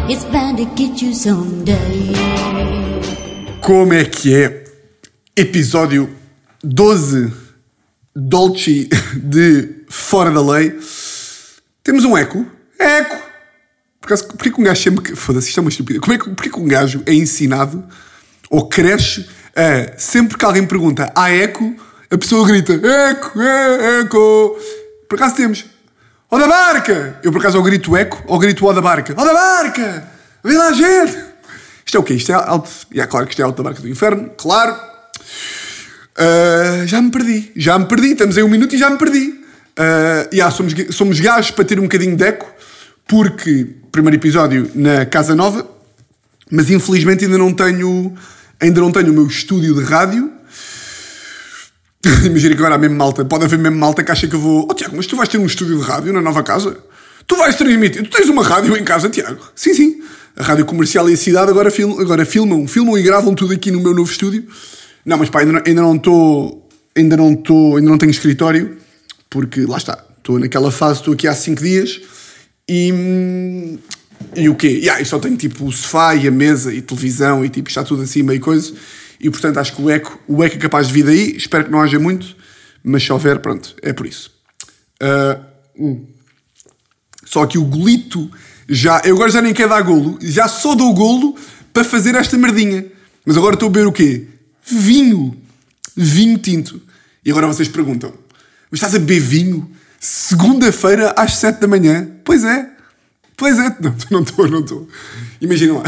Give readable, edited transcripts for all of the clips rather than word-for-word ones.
It's bound to get you someday. Como é que é? Episódio 12 Dolce de Fora da Lei. Temos um eco. Eco! Porquê que um gajo sempre... Foda-se, isto é uma estupidez. Porquê que um gajo é ensinado ou cresce a... Sempre que alguém pergunta há eco, a pessoa grita eco, eco. Por acaso temos... Ó da barca! Eu por acaso ou grito eco ou grito ó da barca. Ó da barca! Vem lá, gente! Isto é o quê? Isto é alto... claro que isto é alto da barca do inferno. Claro. Já me perdi. Estamos aí um minuto e já me perdi. Somos gajos para ter um bocadinho de eco, porque primeiro episódio na casa nova, mas infelizmente ainda não tenho o meu estúdio de rádio. Imagina que agora há mesmo malta, pode haver mesmo malta que acha que eu vou... Tiago, mas tu vais ter um estúdio de rádio na nova casa? Tu vais transmitir? Tu tens uma rádio em casa, Tiago? Sim. A rádio comercial e a cidade agora filmam e gravam tudo aqui no meu novo estúdio. Não, mas pá, ainda não tenho escritório, porque lá está, estou naquela fase, estou aqui há 5 dias e o quê? E só tenho tipo o sofá e a mesa e televisão e tipo está tudo assim meio coisa, e portanto acho que o eco é capaz de vir daí. Espero que não haja muito, mas se houver, pronto, é por isso. Só que o golito eu agora já nem quero dar golo, já só dou golo para fazer esta merdinha, mas agora estou a beber o quê? Vinho tinto. E agora vocês perguntam, mas estás a beber vinho segunda-feira às 7 da manhã? Pois é. Não estou. Imaginem lá.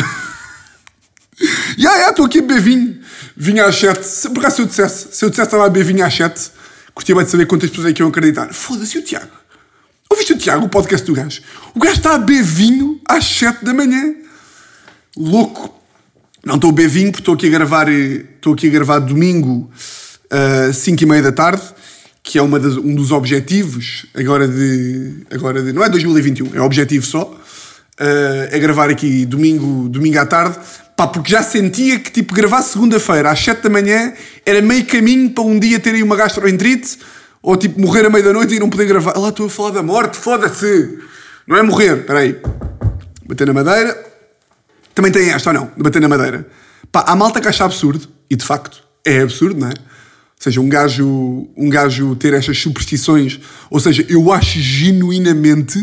Estou aqui a beber vinho às 7. Por acaso se eu dissesse que estava a beber vinho às 7, curtia bem de saber quantas pessoas é que iam acreditar. Foda-se, o Tiago. Ouviste o Tiago, o podcast do gajo? O gajo está a beber vinho às 7 da manhã. Louco. Não estou a beber vinho porque estou aqui a gravar domingo 5:30 da tarde, que é um dos objetivos agora de... Não é 2021, é objetivo só. É gravar aqui domingo à tarde, pá, porque já sentia que tipo gravar segunda-feira às 7 da manhã era meio caminho para um dia ter aí uma gastroenterite ou tipo morrer à meia da noite e não poder gravar. Lá estou a falar da morte, foda-se! Não é morrer, espera aí. Bater na madeira. Também tem esta ou não? De bater na madeira. Pá, há malta que acha absurdo, e de facto é absurdo, não é? Ou seja, um gajo ter estas superstições. Ou seja, eu acho genuinamente,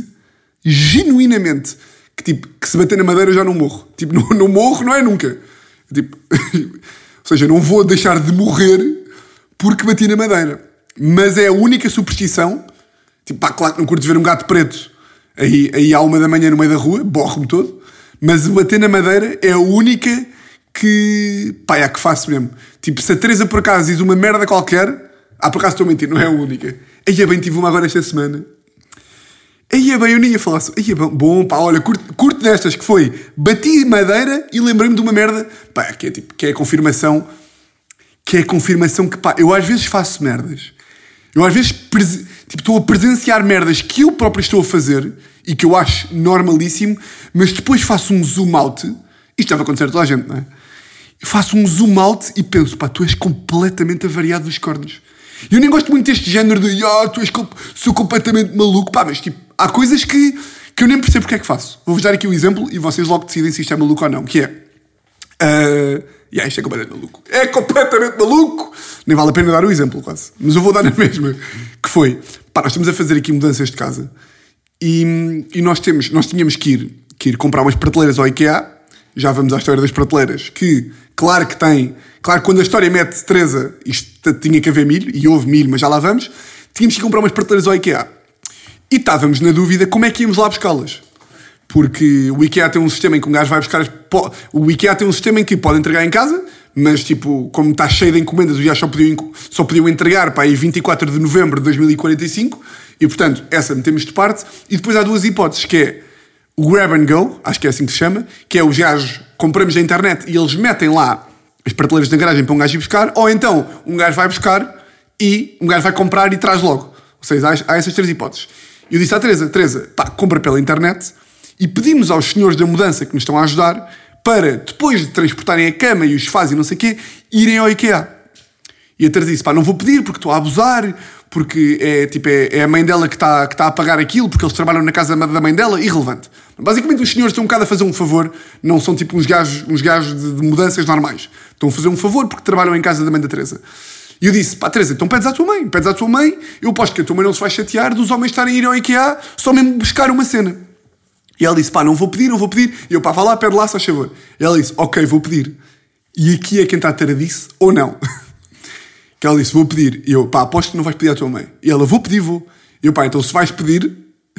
que tipo, que se bater na madeira eu já não morro. Tipo, não morro, não é nunca. Tipo, ou seja, não vou deixar de morrer porque bati na madeira. Mas é a única superstição. Tipo, pá, claro que não curto ver um gato preto aí à 1 da manhã no meio da rua, borro-me todo. Mas o bater na madeira é a única que... Pá, é a que faço mesmo. Tipo, se a Teresa por acaso diz uma merda qualquer... por acaso estou a mentir, não é a única. Bem, tive uma agora esta semana. Bem, eu nem ia falar... Bom, pá, olha, curto destas que foi... Bati madeira e lembrei-me de uma merda... Pá, que é a confirmação... Que pá, eu às vezes faço merdas. Eu às vezes estou a presenciar merdas que eu próprio estou a fazer... E que eu acho normalíssimo, mas depois faço um zoom out. Isto deve acontecer a toda a gente, não é? Eu faço um zoom out e penso, pá, tu és completamente avariado dos cornos. E eu nem gosto muito deste género de, sou completamente maluco. Pá, mas tipo, há coisas que eu nem percebo porque é que faço. Vou-vos dar aqui um exemplo e vocês logo decidem se isto é maluco ou não, que é... isto é completamente maluco. É completamente maluco! Nem vale a pena dar o exemplo, quase. Mas eu vou dar na mesma. Que foi, pá, nós estamos a fazer aqui mudanças de casa. E nós tínhamos que ir comprar umas prateleiras ao IKEA. Já vamos à história das prateleiras, que claro que quando a história mete Teresa, isto tinha que haver milho, e houve milho, mas já lá vamos. Tínhamos que ir comprar umas prateleiras ao IKEA e estávamos na dúvida como é que íamos lá buscá-las, porque o IKEA tem um sistema em que um gajo vai buscar o IKEA tem um sistema em que pode entregar em casa, mas tipo, como está cheio de encomendas, os gajos só podiam entregar para aí 24 de novembro de 2045. E, portanto, essa metemos de parte. E depois há duas hipóteses, que é o grab and go, acho que é assim que se chama, que é os gajos compramos na internet e eles metem lá as prateleiras na garagem para um gajo ir buscar, ou então um gajo vai buscar e um gajo vai comprar e traz logo. Ou seja, há essas 3 hipóteses. E eu disse à Teresa, pá, compra pela internet, e pedimos aos senhores da mudança que nos estão a ajudar para, depois de transportarem a cama e os sofás e não sei o quê, irem ao IKEA. E a Teresa disse, pá, não vou pedir porque estou a abusar, porque é a mãe dela que está a pagar aquilo, porque eles trabalham na casa da mãe dela, irrelevante. Basicamente os senhores estão um bocado a fazer um favor, não são tipo uns gajos de mudanças normais. Estão a fazer um favor porque trabalham em casa da mãe da Teresa. E eu disse, pá, Teresa, então pedes à tua mãe, eu aposto que a tua mãe não se vai chatear dos homens estarem a ir ao IKEA só mesmo buscar uma cena. E ela disse, pá, não vou pedir. E eu, pá, vá lá, pede lá, se faz favor. E ela disse, ok, vou pedir. E aqui é que entra a taradice, ou não? Que ela disse, vou pedir. E eu, pá, aposto que não vais pedir à tua mãe. E ela, vou pedir, vou. E eu, pá, então se vais pedir,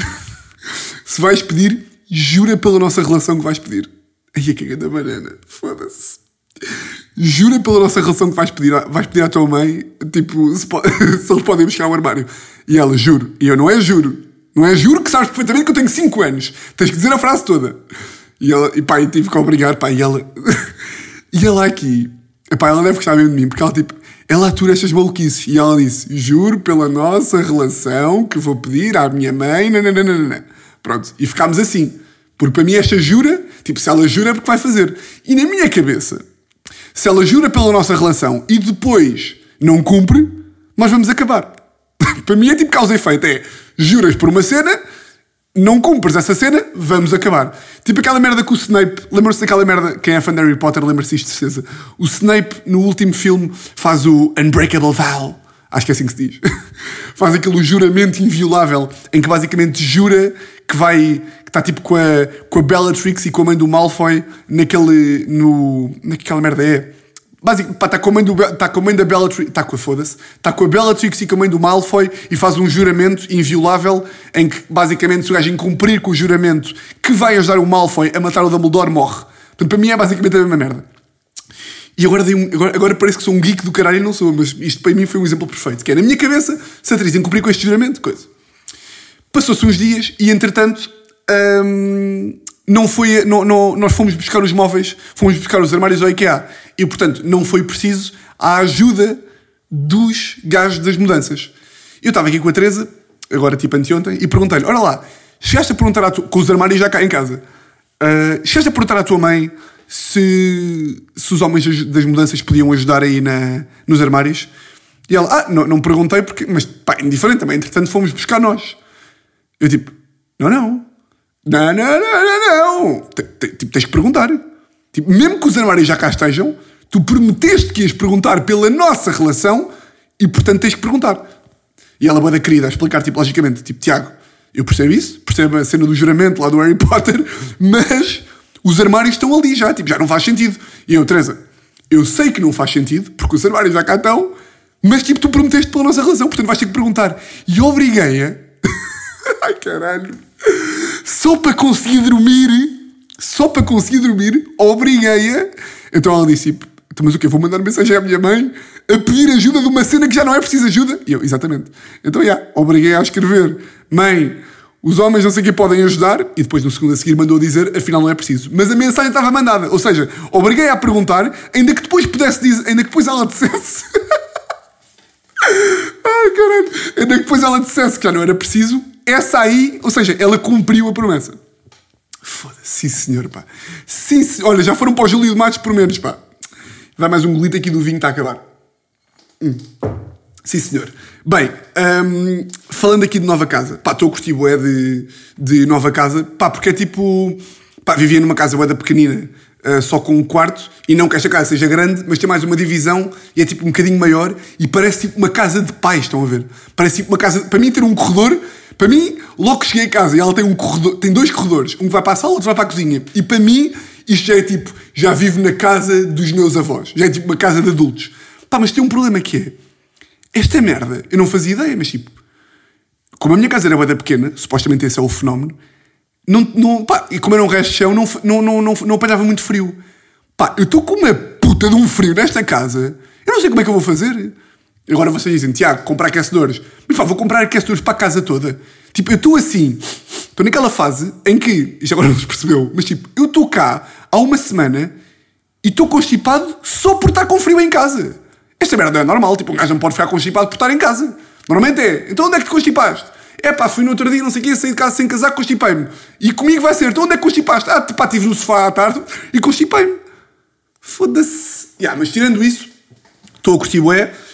jura pela nossa relação que vais pedir. Ai, que da banana, foda-se. Jura pela nossa relação que vais pedir à tua mãe, tipo, se eles podem buscar o armário. E ela, juro. E eu, não é juro que sabes perfeitamente que eu tenho 5 anos. Tens que dizer a frase toda. E ela, e pá, eu tive que obrigar, pá, e ela aqui, epá, ela deve gostar mesmo de mim, porque ela atura estas maluquices. E ela disse, juro pela nossa relação que vou pedir à minha mãe, nananana. Pronto, e ficámos assim. Porque para mim esta jura, tipo, se ela jura é porque vai fazer. E na minha cabeça, se ela jura pela nossa relação e depois não cumpre, nós vamos acabar. Para mim é tipo causa e efeito. É, juras por uma cena, não cumpres essa cena, vamos acabar. Tipo aquela merda com o Snape. Lembram-se daquela merda? Quem é fã de Harry Potter lembra-se disto de certeza. O Snape, no último filme, faz o Unbreakable Vow. Acho que é assim que se diz. Faz aquele juramento inviolável em que basicamente jura que está tipo com a Bellatrix e com a mãe do Malfoy naquela merda é. Basicamente, está com a mãe da Bellatrix, está com a Bellatrix e com a mãe do Malfoy e faz um juramento inviolável em que basicamente se o gajo incumprir com o juramento que vai ajudar o Malfoy a matar o Dumbledore, morre. Portanto, para mim é basicamente a mesma merda. E agora parece que sou um geek do caralho e não sou, mas isto para mim foi um exemplo perfeito, que é na minha cabeça, se a Teresa incumprir com este juramento, coisa. Passou-se uns dias e entretanto nós fomos buscar os móveis, fomos buscar os armários ao IKEA e portanto não foi preciso a ajuda dos gajos das mudanças. Eu estava aqui com a Teresa, agora tipo anteontem, e perguntei-lhe, olha lá, chegaste a perguntar com os armários já cá em casa, chegaste a perguntar à tua mãe se os homens das mudanças podiam ajudar aí nos armários? E ela, não perguntei porque, mas pá, indiferente também, entretanto fomos buscar nós. Eu tipo, não. Tipo, tens que perguntar. Tipo, mesmo que os armários já cá estejam, tu prometeste que ias perguntar pela nossa relação e portanto tens que perguntar. E ela, boa querida, a explicar, tipo, logicamente, tipo, Tiago, eu percebo isso, percebo a cena do juramento lá do Harry Potter, mas os armários estão ali já, tipo, já não faz sentido. E eu, Teresa, eu sei que não faz sentido, porque os armários já cá estão, mas tipo, tu prometeste pela nossa relação, portanto vais ter que perguntar. E obriguei-a, ai caralho, só para conseguir dormir, obriguei-a. Então ela disse, então, mas o quê? Vou mandar mensagem à minha mãe a pedir ajuda de uma cena que já não é preciso ajuda? E eu, exatamente. Então, obriguei-a a escrever, mãe, os homens não sei o que podem ajudar, e depois no segundo a seguir mandou dizer, afinal não é preciso. Mas a mensagem estava mandada, ou seja, obriguei-a a perguntar, ainda que depois ela dissesse... Ai, caralho. Ainda que depois ela dissesse que já não era preciso, essa aí, ou seja, ela cumpriu a promessa. Foda-se, sim senhor, pá. Sim, olha, já foram para o Júlio de Matos por menos, pá. Vai mais um golito aqui do vinho, está a acabar. Sim senhor. Bem, falando aqui de nova casa, pá, estou a curtir bué de nova casa, pá, porque é tipo, pá, vivia numa casa bué da pequenina, só com um quarto, e não que esta casa seja grande, mas tem mais uma divisão e é tipo um bocadinho maior e parece tipo uma casa de pais, estão a ver? Parece tipo uma casa, para mim ter um corredor, para mim, logo que cheguei a casa e ela tem um corredor, tem 2 corredores, um que vai para a sala, outro vai para a cozinha, e para mim isto já é tipo, já vivo na casa dos meus avós, já é tipo uma casa de adultos. Pá, mas tem um problema que é, esta merda, eu não fazia ideia, mas tipo, como a minha casa era bué da pequena, supostamente esse é o fenómeno, pá, e como era um resto de chão, não apanhava muito frio. Pá, eu estou com uma puta de um frio nesta casa, eu não sei como é que eu vou fazer. Agora vocês dizem, Tiago, comprar aquecedores. Mas pá, vou comprar aquecedores para a casa toda. Tipo, eu estou assim, estou naquela fase em que, isto agora não se percebeu, mas tipo, eu estou cá há uma semana e estou constipado só por estar com frio em casa. Esta merda não é normal, tipo, um gajo não pode ficar constipado por estar em casa. Normalmente é, então onde é que te constipaste? É pá, fui no outro dia, não sei o quê, saí de casa sem casaco, constipei-me. E comigo vai ser, então onde é que constipaste? Ah, pá, estive no sofá à tarde e constipei-me. Foda-se. Mas tirando isso, estou a curtir bué.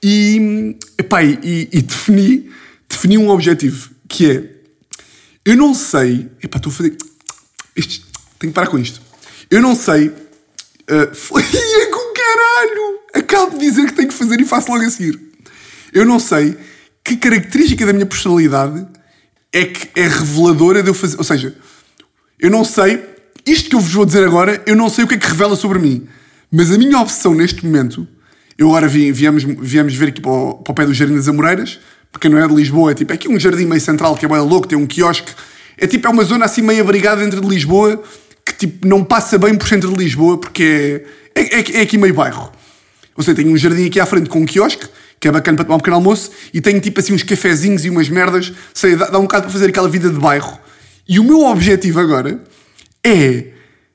E defini um objetivo, que é, eu não sei, estou a fazer, tenho que parar com isto, eu não sei, foi com caralho, acabo de dizer que tenho que fazer e faço logo a seguir, eu não sei que característica da minha personalidade é que é reveladora de eu fazer, ou seja, eu não sei, isto que eu vos vou dizer agora, eu não sei o que é que revela sobre mim, mas a minha obsessão neste momento, eu agora viemos ver aqui para o pé do Jardim das Amoreiras, porque não é de Lisboa, é aqui um jardim meio central que é bem louco, tem um quiosque, é uma zona assim meio abrigada dentro de Lisboa, que não passa bem por centro de Lisboa, porque é aqui meio bairro. Ou seja, tem um jardim aqui à frente com um quiosque, que é bacana para tomar um pequeno almoço, e tem assim uns cafezinhos e umas merdas, sei, dá um bocado para fazer aquela vida de bairro. E o meu objetivo agora é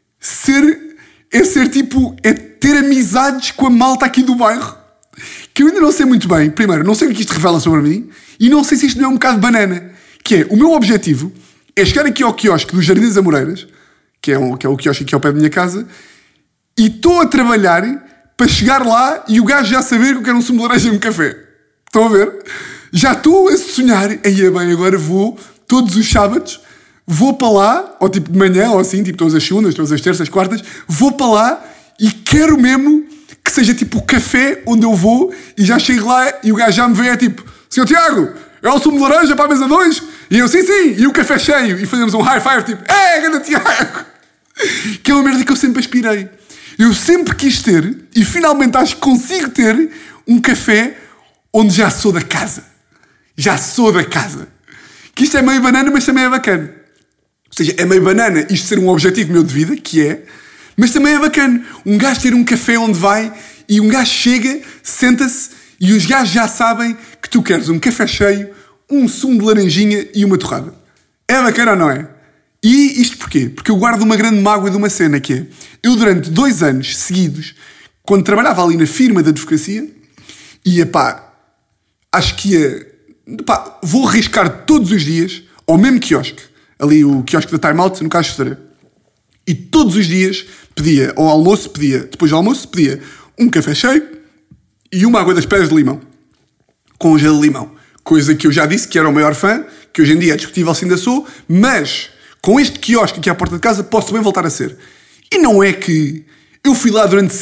ter amizades com a malta aqui do bairro, que eu ainda não sei muito bem. Primeiro, não sei o que isto revela sobre mim, e não sei se isto não é um bocado banana, que é, o meu objetivo é chegar aqui ao quiosque do Jardim das Amoreiras, que é o quiosque aqui ao pé da minha casa, e estou a trabalhar para chegar lá e o gajo já saber que eu quero um sumo de laranja e um café. Estão a ver? Já estou a sonhar, agora vou, todos os sábados, vou para lá, ou tipo de manhã, ou assim, tipo todas as segundas, todas as terças, quartas, vou para lá e quero mesmo que seja tipo o café onde eu vou e já chego lá e o gajo já me vê, Senhor Tiago, é o sumo de laranja para a mesa 2? E eu, sim, e o café cheio. E fazemos um high five, grande Tiago! Que é uma merda que eu sempre aspirei. Eu sempre quis ter, e finalmente acho que consigo ter, um café onde já sou da casa. Já sou da casa. Que isto é meio banana, mas também é bacana. Ou seja, é meio banana isto ser um objetivo meu de vida, que é, mas também é bacana. Um gajo ter um café onde vai e um gajo chega, senta-se e os gajos já sabem que tu queres um café cheio, um sumo de laranjinha e uma torrada. É bacana ou não é? E isto porquê? Porque eu guardo uma grande mágoa de uma cena que é, eu durante 2 anos seguidos, quando trabalhava ali na firma da advocacia, acho que vou arriscar todos os dias ao mesmo quiosque, ali o quiosque da Time Out, no Caixo Ferreira. E todos os dias pedia, depois do almoço, pedia um café cheio e uma água das pedras de limão, com gelo de limão. Coisa que eu já disse que era o maior fã, que hoje em dia é discutível se ainda sou, mas com este quiosque aqui à porta de casa posso bem voltar a ser. E não é que eu fui lá durante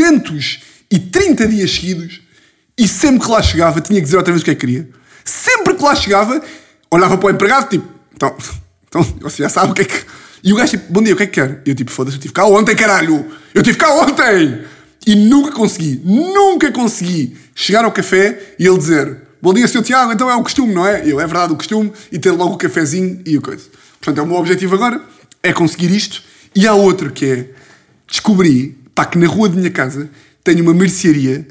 730 dias seguidos e sempre que lá chegava tinha que dizer outra vez o que é que queria. Sempre que lá chegava, olhava para o empregado, então você já sabe o que é que... E o gajo, bom dia, o que é que quer? E eu, foda-se, eu tive cá ontem, caralho! Eu tive cá ontem! E nunca consegui chegar ao café e ele dizer, bom dia, Sr. Tiago, então é o costume, não é? É verdade, o costume, e ter logo o cafezinho e a coisa. Portanto, é o meu objetivo agora, é conseguir isto. E há outro que é, descobri, que na rua da minha casa tenho uma mercearia,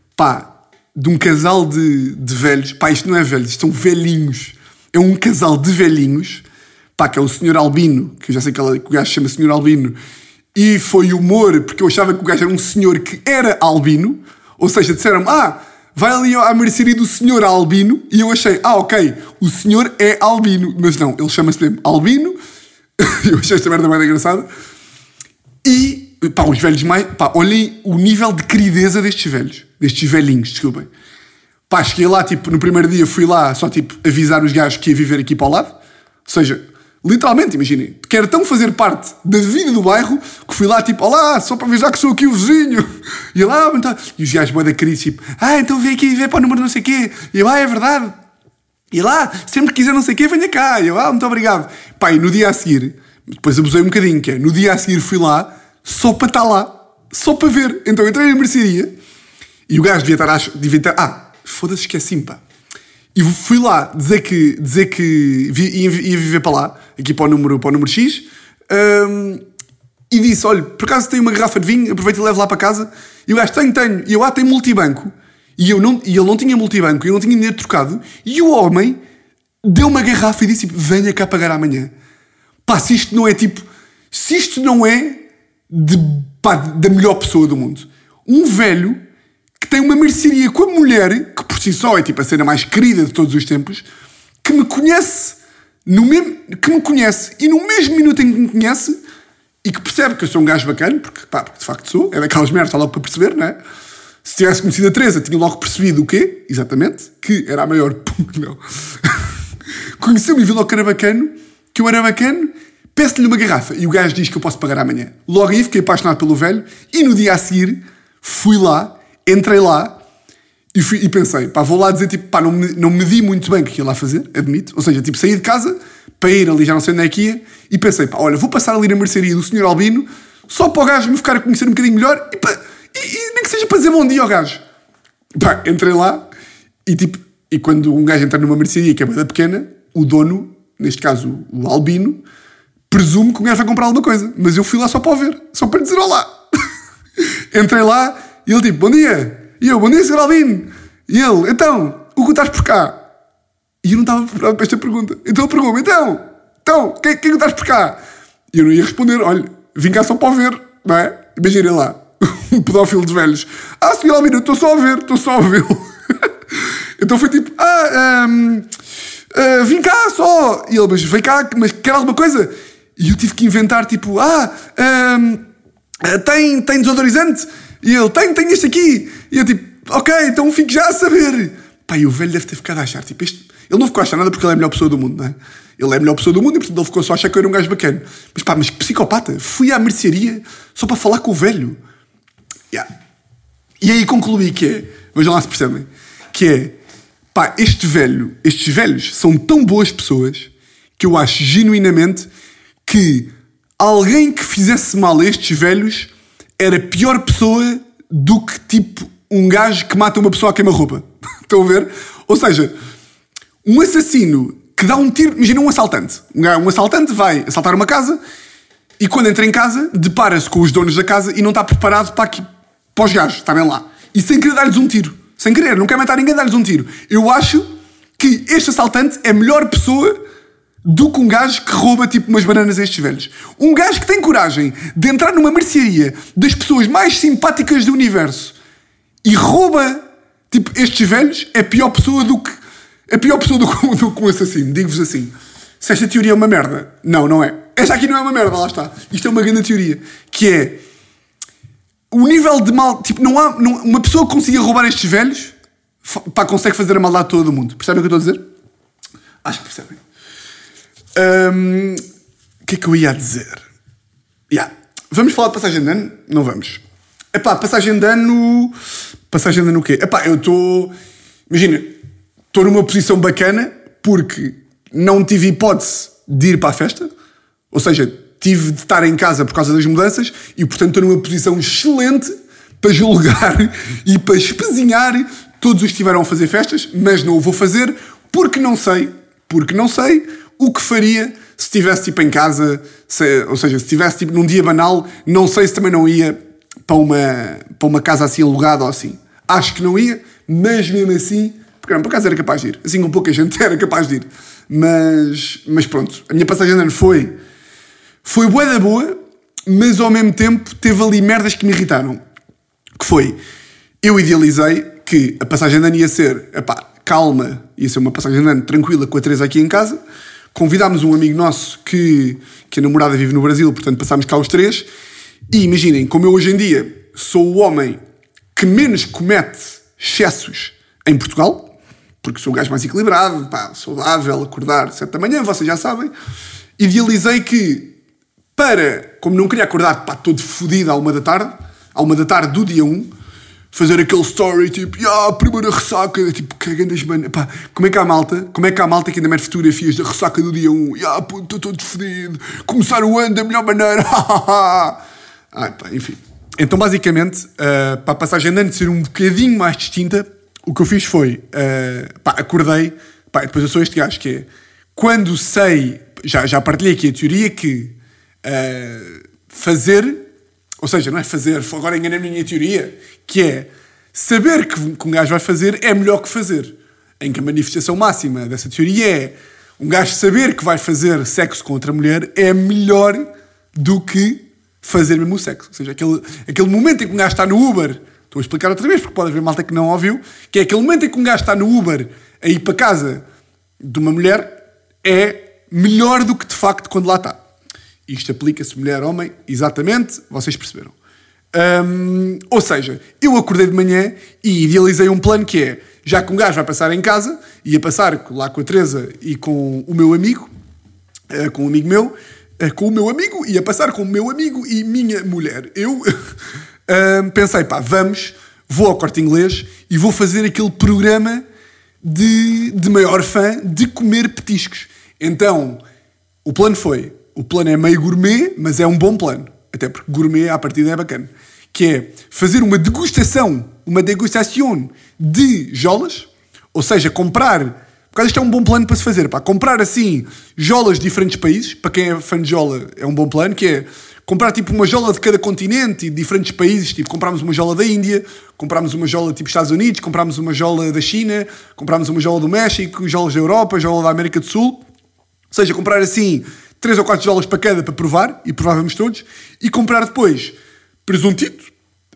de um casal de velhos, isto não é velhos, isto são velhinhos. É um casal de velhinhos, que é o Sr. Albino, que eu já sei que o gajo se chama Sr. Albino, e foi humor, porque eu achava que o gajo era um senhor que era albino, ou seja, disseram-me, vai ali à mercearia do Sr. Albino, e eu achei, ok, o senhor é albino, mas não, ele chama-se mesmo Albino, eu achei esta merda bem engraçada, e, os velhos mais, olhem o nível de querideza destes velhinhos, desculpem. Cheguei lá, no primeiro dia fui lá só, avisar os gajos que ia viver aqui para o lado, ou seja, literalmente, imaginem, quero tão fazer parte da vida do bairro que fui lá, olá, só para avisar que sou aqui o vizinho. E lá, e os gajos, bué da crise, então vem aqui e vê para o número não sei o quê. E eu, é verdade. E lá, sempre que quiser não sei o quê, venha cá. E eu, muito obrigado. E no dia a seguir, depois abusei um bocadinho, que é, no dia a seguir fui lá, só para estar lá, só para ver. Então entrei na mercearia e o gajo devia estar, foda-se, esqueci-me, E fui lá dizer que ia viver para lá, aqui para o número X, e disse, olha, por acaso tenho uma garrafa de vinho, aproveito e levo lá para casa. E o gajo, tenho. E eu, tenho multibanco. E ele não tinha multibanco, e eu não tinha dinheiro trocado. E o homem deu uma garrafa e disse, venha cá pagar amanhã. Se isto não é da melhor pessoa do mundo. Um velho que tem uma mercearia com a mulher, que por si só é a cena mais querida de todos os tempos, que me conhece e no mesmo minuto em que me conhece e que percebe que eu sou um gajo bacana, porque de facto sou, é daquelas merdas, está logo para perceber, não é? Se tivesse conhecido a Teresa, tinha logo percebido o quê? Exatamente. Que era a maior... Não. Conheceu-me e viu logo que era bacana. Que eu era bacana. Peço-lhe uma garrafa. E o gajo diz que eu posso pagar amanhã. Logo aí fiquei apaixonado pelo velho. E no dia a seguir, fui lá, entrei lá e pensei, pá, vou lá dizer, tipo, pá, não me medi muito bem o que ia lá fazer, admito. Ou seja, tipo, saí de casa para ir ali, já não sei onde é que ia, e pensei, pá, olha, vou passar ali na mercearia do Sr. Albino, só para o gajo me ficar a conhecer um bocadinho melhor e nem que seja para dizer bom dia ao gajo. Pá, entrei lá e quando um gajo entra numa mercearia que é bem pequena, o dono, neste caso o Albino, presume que o gajo vai comprar alguma coisa. Mas eu fui lá só para o ver, só para lhe dizer olá. Entrei lá e ele tipo, bom dia. E eu, bom dia, Sr. Albino. E ele, então, o que estás por cá? E eu não estava preparado para esta pergunta. Então ele perguntou-me, então, quem estás por cá? E eu não ia responder, olha, vim cá só para o ver, não é? Imaginem lá, um pedófilo de velhos. Sr. Albino, eu estou só a vê-lo. Então foi tipo, vim cá só. E ele, mas vem cá, mas quer alguma coisa? E eu tive que inventar, tipo, tem desodorizante? E ele, tenho este aqui. E eu, tipo, ok, então fico já a saber. Pá, e o velho deve ter ficado a achar, tipo, ele não ficou a achar nada porque ele é a melhor pessoa do mundo, não é? Ele é a melhor pessoa do mundo e, portanto, ele ficou só a achar que eu era um gajo bacana. Mas pá, mas que psicopata. Fui à mercearia só para falar com o velho. Yeah. E aí concluí que é, vejam lá se percebem, que é, pá, estes velhos são tão boas pessoas que eu acho genuinamente que alguém que fizesse mal a estes velhos era pior pessoa do que, tipo, um gajo que mata uma pessoa a queima-roupa. Estão a ver? Ou seja, um assassino que dá um tiro... Imagina um assaltante. Um assaltante vai assaltar uma casa e quando entra em casa depara-se com os donos da casa e não está preparado para os gajos estarem lá. E sem querer dar-lhes um tiro. Sem querer. Não quer matar ninguém, dar-lhes um tiro. Eu acho que este assaltante é a melhor pessoa do que um gajo que rouba tipo umas bananas a estes velhos. Um gajo que tem coragem de entrar numa mercearia das pessoas mais simpáticas do universo e rouba tipo estes velhos é a pior pessoa do que um assassino. Digo-vos assim. Se esta teoria é uma merda, não é. Esta aqui não é uma merda, lá está. Isto é uma grande teoria. Que é o nível de mal... Tipo, não há... uma pessoa que consiga roubar estes velhos pá, consegue fazer a maldade de todo o mundo. Percebem o que eu estou a dizer? Acho que percebem. O que é que eu ia dizer? Vamos falar de passagem de ano? Não vamos. Epá, passagem de ano o quê? Epá, eu estou... Imagina, estou numa posição bacana porque não tive hipótese de ir para a festa. Ou seja, tive de estar em casa por causa das mudanças e, portanto, estou numa posição excelente para julgar e para espezinhar todos os que estiveram a fazer festas, mas não o vou fazer porque não sei o que faria se estivesse tipo em casa, ou seja, se estivesse tipo num dia banal, não sei se também não ia para uma casa assim alugada ou assim. Acho que não ia, mas mesmo assim, porque não, por acaso era capaz de ir. Assim com pouca gente era capaz de ir. Mas pronto, a minha passagem de ano foi bué da boa, mas ao mesmo tempo teve ali merdas que me irritaram. Que foi, eu idealizei que a passagem de ano ia ser, calma, ia ser uma passagem de ano tranquila com a Teresa aqui em casa. Convidámos um amigo nosso que a namorada vive no Brasil, portanto passámos cá os três. E imaginem, como eu hoje em dia sou o homem que menos comete excessos em Portugal, porque sou o gajo mais equilibrado, saudável, acordar 7 da manhã, vocês já sabem, idealizei que, como não queria acordar todo fodido à 1 da tarde do dia 1, fazer aquele story, tipo, primeira ressaca, tipo, cagando as manas. Como é que há malta que ainda mete fotografias da ressaca do dia 1? Estou todo fodido. Começar o ano da melhor maneira. Enfim. Então, basicamente, para a passagem de ano ser um bocadinho mais distinta, o que eu fiz foi, acordei, depois eu sou este gajo que é, quando sei, já partilhei aqui a teoria que fazer... Ou seja, não é fazer, agora enganei-me na minha teoria, que é saber que um gajo vai fazer é melhor que fazer. Em que a manifestação máxima dessa teoria é um gajo saber que vai fazer sexo com outra mulher é melhor do que fazer mesmo o sexo. Ou seja, aquele momento em que um gajo está no Uber, estou a explicar outra vez porque pode haver malta que não ouviu, que é aquele momento em que um gajo está no Uber a ir para casa de uma mulher é melhor do que de facto quando lá está. Isto aplica-se mulher-homem, exatamente, vocês perceberam. Ou seja, eu acordei de manhã e idealizei um plano que é, já que um gajo vai passar em casa, ia passar lá com a Teresa e com o meu amigo, com um amigo meu, com o meu amigo, ia passar com o meu amigo e minha mulher. Eu pensei, pá, vou ao Corte Inglês e vou fazer aquele programa de maior fã de comer petiscos. Então, o plano é meio gourmet, mas é um bom plano. Até porque gourmet, à partida, é bacana. Que é fazer uma degustação de jolas, ou seja, comprar... Por causa isto é um bom plano para se fazer. Pá. Comprar, assim, jolas de diferentes países. Para quem é fã de jola, é um bom plano. Que é comprar, tipo, uma jola de cada continente e de diferentes países. Tipo, comprámos uma jola da Índia, comprámos uma jola, tipo, Estados Unidos, comprámos uma jola da China, comprámos uma jola do México, jolas da Europa, jola da América do Sul. Ou seja, comprar, assim, 3 ou 4 jolas para cada para provar. E provávamos todos. E comprar depois presuntito,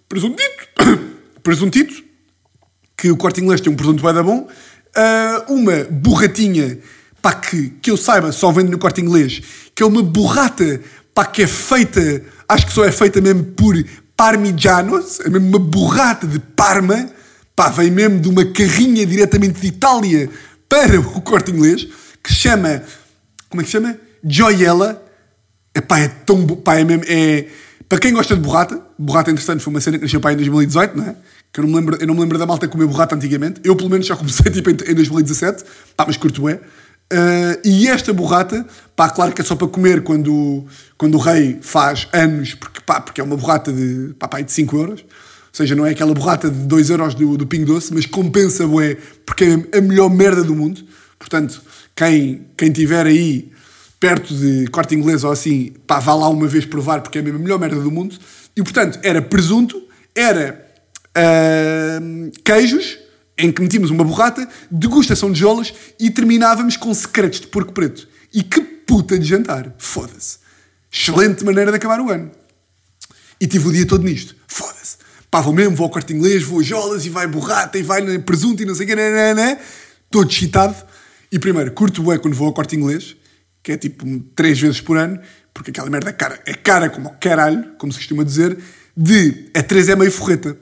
que o Corte Inglês tem um presunto bué da bom, uma borratinha, pá, que eu saiba só vende no Corte Inglês, que é uma borrata, pá, que é feita, acho que só é feita mesmo por parmigianos, é mesmo uma borrata de Parma, pá, vem mesmo de uma carrinha diretamente de Itália para o Corte Inglês, que se chama, como é que se chama? Gioiella. Epá, é tão bom, pá, é mesmo, para quem gosta de borrata, interessante, foi uma cena que nasceu pá, em 2018, não é? Que eu não me lembro da malta comer borrata antigamente. Eu, pelo menos, já comecei tipo, em 2017. Pá, mas curto é. E esta borrata, pá, claro que é só para comer quando o rei faz anos, porque é uma borrata de 5 euros. Ou seja, não é aquela borrata de 2 euros do Pingo Doce, mas compensa, bué, porque é a melhor merda do mundo. Portanto, quem tiver aí perto de Corte Inglês ou assim, pá, vá lá uma vez provar, porque é mesmo a melhor merda do mundo. E, portanto, era presunto, era queijos, em que metíamos uma borrata, degustação de jolas e terminávamos com secretos de porco preto. E que puta de jantar. Foda-se. Excelente maneira de acabar o ano. E tive o dia todo nisto. Foda-se. Pá, vou ao Corte Inglês, vou a jolas e vai borrata e vai presunto e não sei o que, todo excitado. E primeiro, curto bué quando vou ao Corte Inglês, que é tipo 3 vezes por ano, porque aquela merda é cara como o caralho, como se costuma dizer, a Teresa é meio forreta.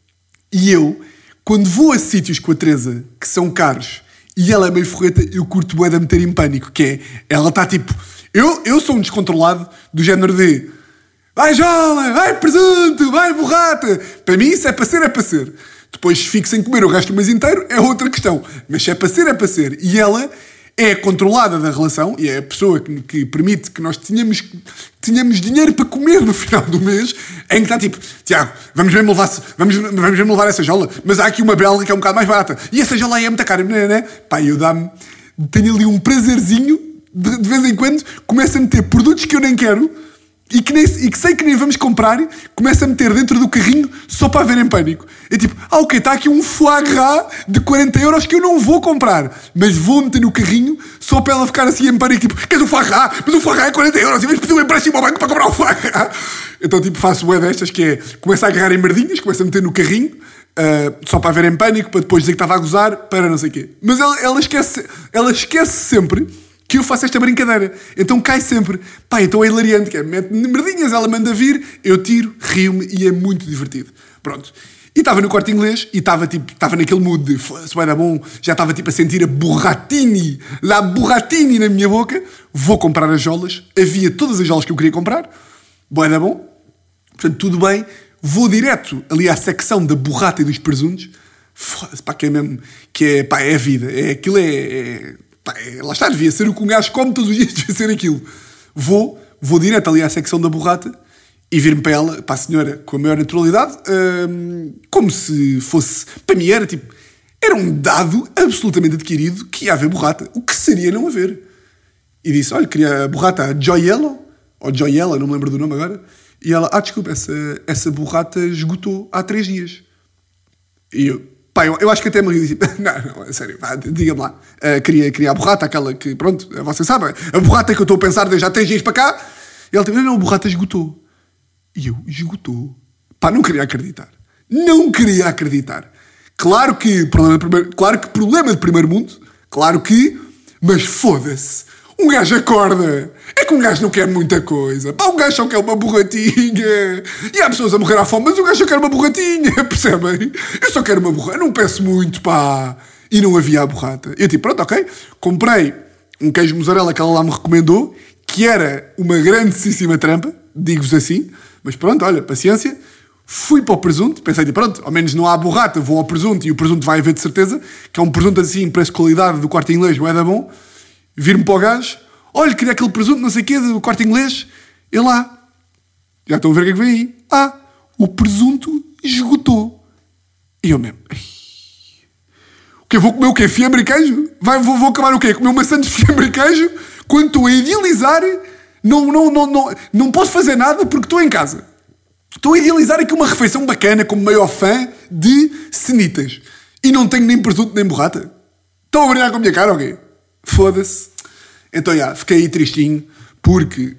E eu, quando vou a sítios com a Teresa que são caros e ela é meio forreta, eu curto bué de meter em pânico, que é, ela está tipo... Eu sou um descontrolado do género de... Vai jola, vai presunto, vai borrata. Para mim isso é para ser. Depois fico sem comer o resto do mês inteiro, é outra questão. Mas se é para ser. E ela... é controlada da relação e é a pessoa que permite que nós tenhamos dinheiro para comer no final do mês, em que está tipo, Tiago, vamos mesmo levar essa jola, mas há aqui uma belga que é um bocado mais barata e essa jola aí é muito cara, né? Pá, tenho ali um prazerzinho de vez em quando, começo a meter produtos que eu nem quero e que sei que nem vamos comprar, começo a meter dentro do carrinho só para haver em pânico. É tipo, ok, está aqui um foie gras de 40 euros que eu não vou comprar, mas vou meter no carrinho só para ela ficar assim em pânico, tipo, queres um foie gras? Mas o foie gras é 40 euros e vais pedir um empréstimo ao banco para comprar um foie gras. Então, tipo, faço bué destas, que é, começo a agarrar em merdinhas, começo a meter no carrinho, só para haver em pânico, para depois dizer que estava a gozar, para não sei o quê. Mas ela esquece sempre que eu faço esta brincadeira. Então cai sempre. Pá, então é hilariante, que é, mete merdinhas, ela manda vir, eu tiro, rio-me e é muito divertido. Pronto. E estava no Corte Inglês e estava naquele mood de foda-se, vai dar bom, já estava tipo a sentir a borratini na minha boca. Vou comprar as jolas, havia todas as jolas que eu queria comprar, vai dar bom, portanto tudo bem, vou direto ali à secção da borrata e dos presuntos. Foda-se, pá, que é mesmo, pá, é a vida, pá, lá está, devia ser o que um gajo come todos os dias, devia ser aquilo. Vou direto ali à secção da borrata e vir-me para ela, para a senhora, com a maior naturalidade, como se fosse... Para mim era um dado absolutamente adquirido que ia haver borrata. O que seria não haver? E disse, olha, queria a borrata Gioiella, ou Gioiella, não me lembro do nome agora. E ela, desculpa, essa borrata esgotou há 3 dias. E eu... Pá, eu acho que até me disse, não, sério, diga-me lá. Queria a borrata, aquela que, pronto, vocês sabem, a borrata que eu estou a pensar desde há 3 dias para cá. E ela disse, não, a borrata esgotou. E eu, esgotou? Pá, não queria acreditar. Claro que problema de primeiro mundo, mas foda-se. Um gajo acorda. É que um gajo não quer muita coisa. Pá, um gajo só quer uma borratinha. E há pessoas a morrer à fome, mas um gajo só quer uma borratinha, percebem? Eu só quero uma borrata. Não peço muito, pá. E não havia a borrata. Eu tipo, pronto, ok. Comprei um queijo mussarela que ela lá me recomendou, que era uma grandíssima trampa, digo-vos assim. Mas pronto, olha, paciência. Fui para o presunto, pensei, pronto, ao menos não há borrata, vou ao presunto e o presunto vai haver de certeza, que é um presunto assim, preço-qualidade do Corte Inglês, não é da bom. Vir-me para o gajo, olha, queria aquele presunto, não sei o quê, do Corte Inglês, e lá. Já estão a ver o que é que vem aí. Ah, o presunto esgotou. E eu mesmo, o quê, vou comer o quê? Fiambre e queijo? Vou acabar o quê? Comer uma sandes de fiambre e queijo? Quando estou a idealizar, não posso fazer nada porque estou em casa. Estou a idealizar aqui uma refeição bacana, como maior fã de cenitas. E não tenho nem presunto nem borrata. Estão a brilhar com a minha cara ou quê? Foda-se. Então, fiquei aí tristinho porque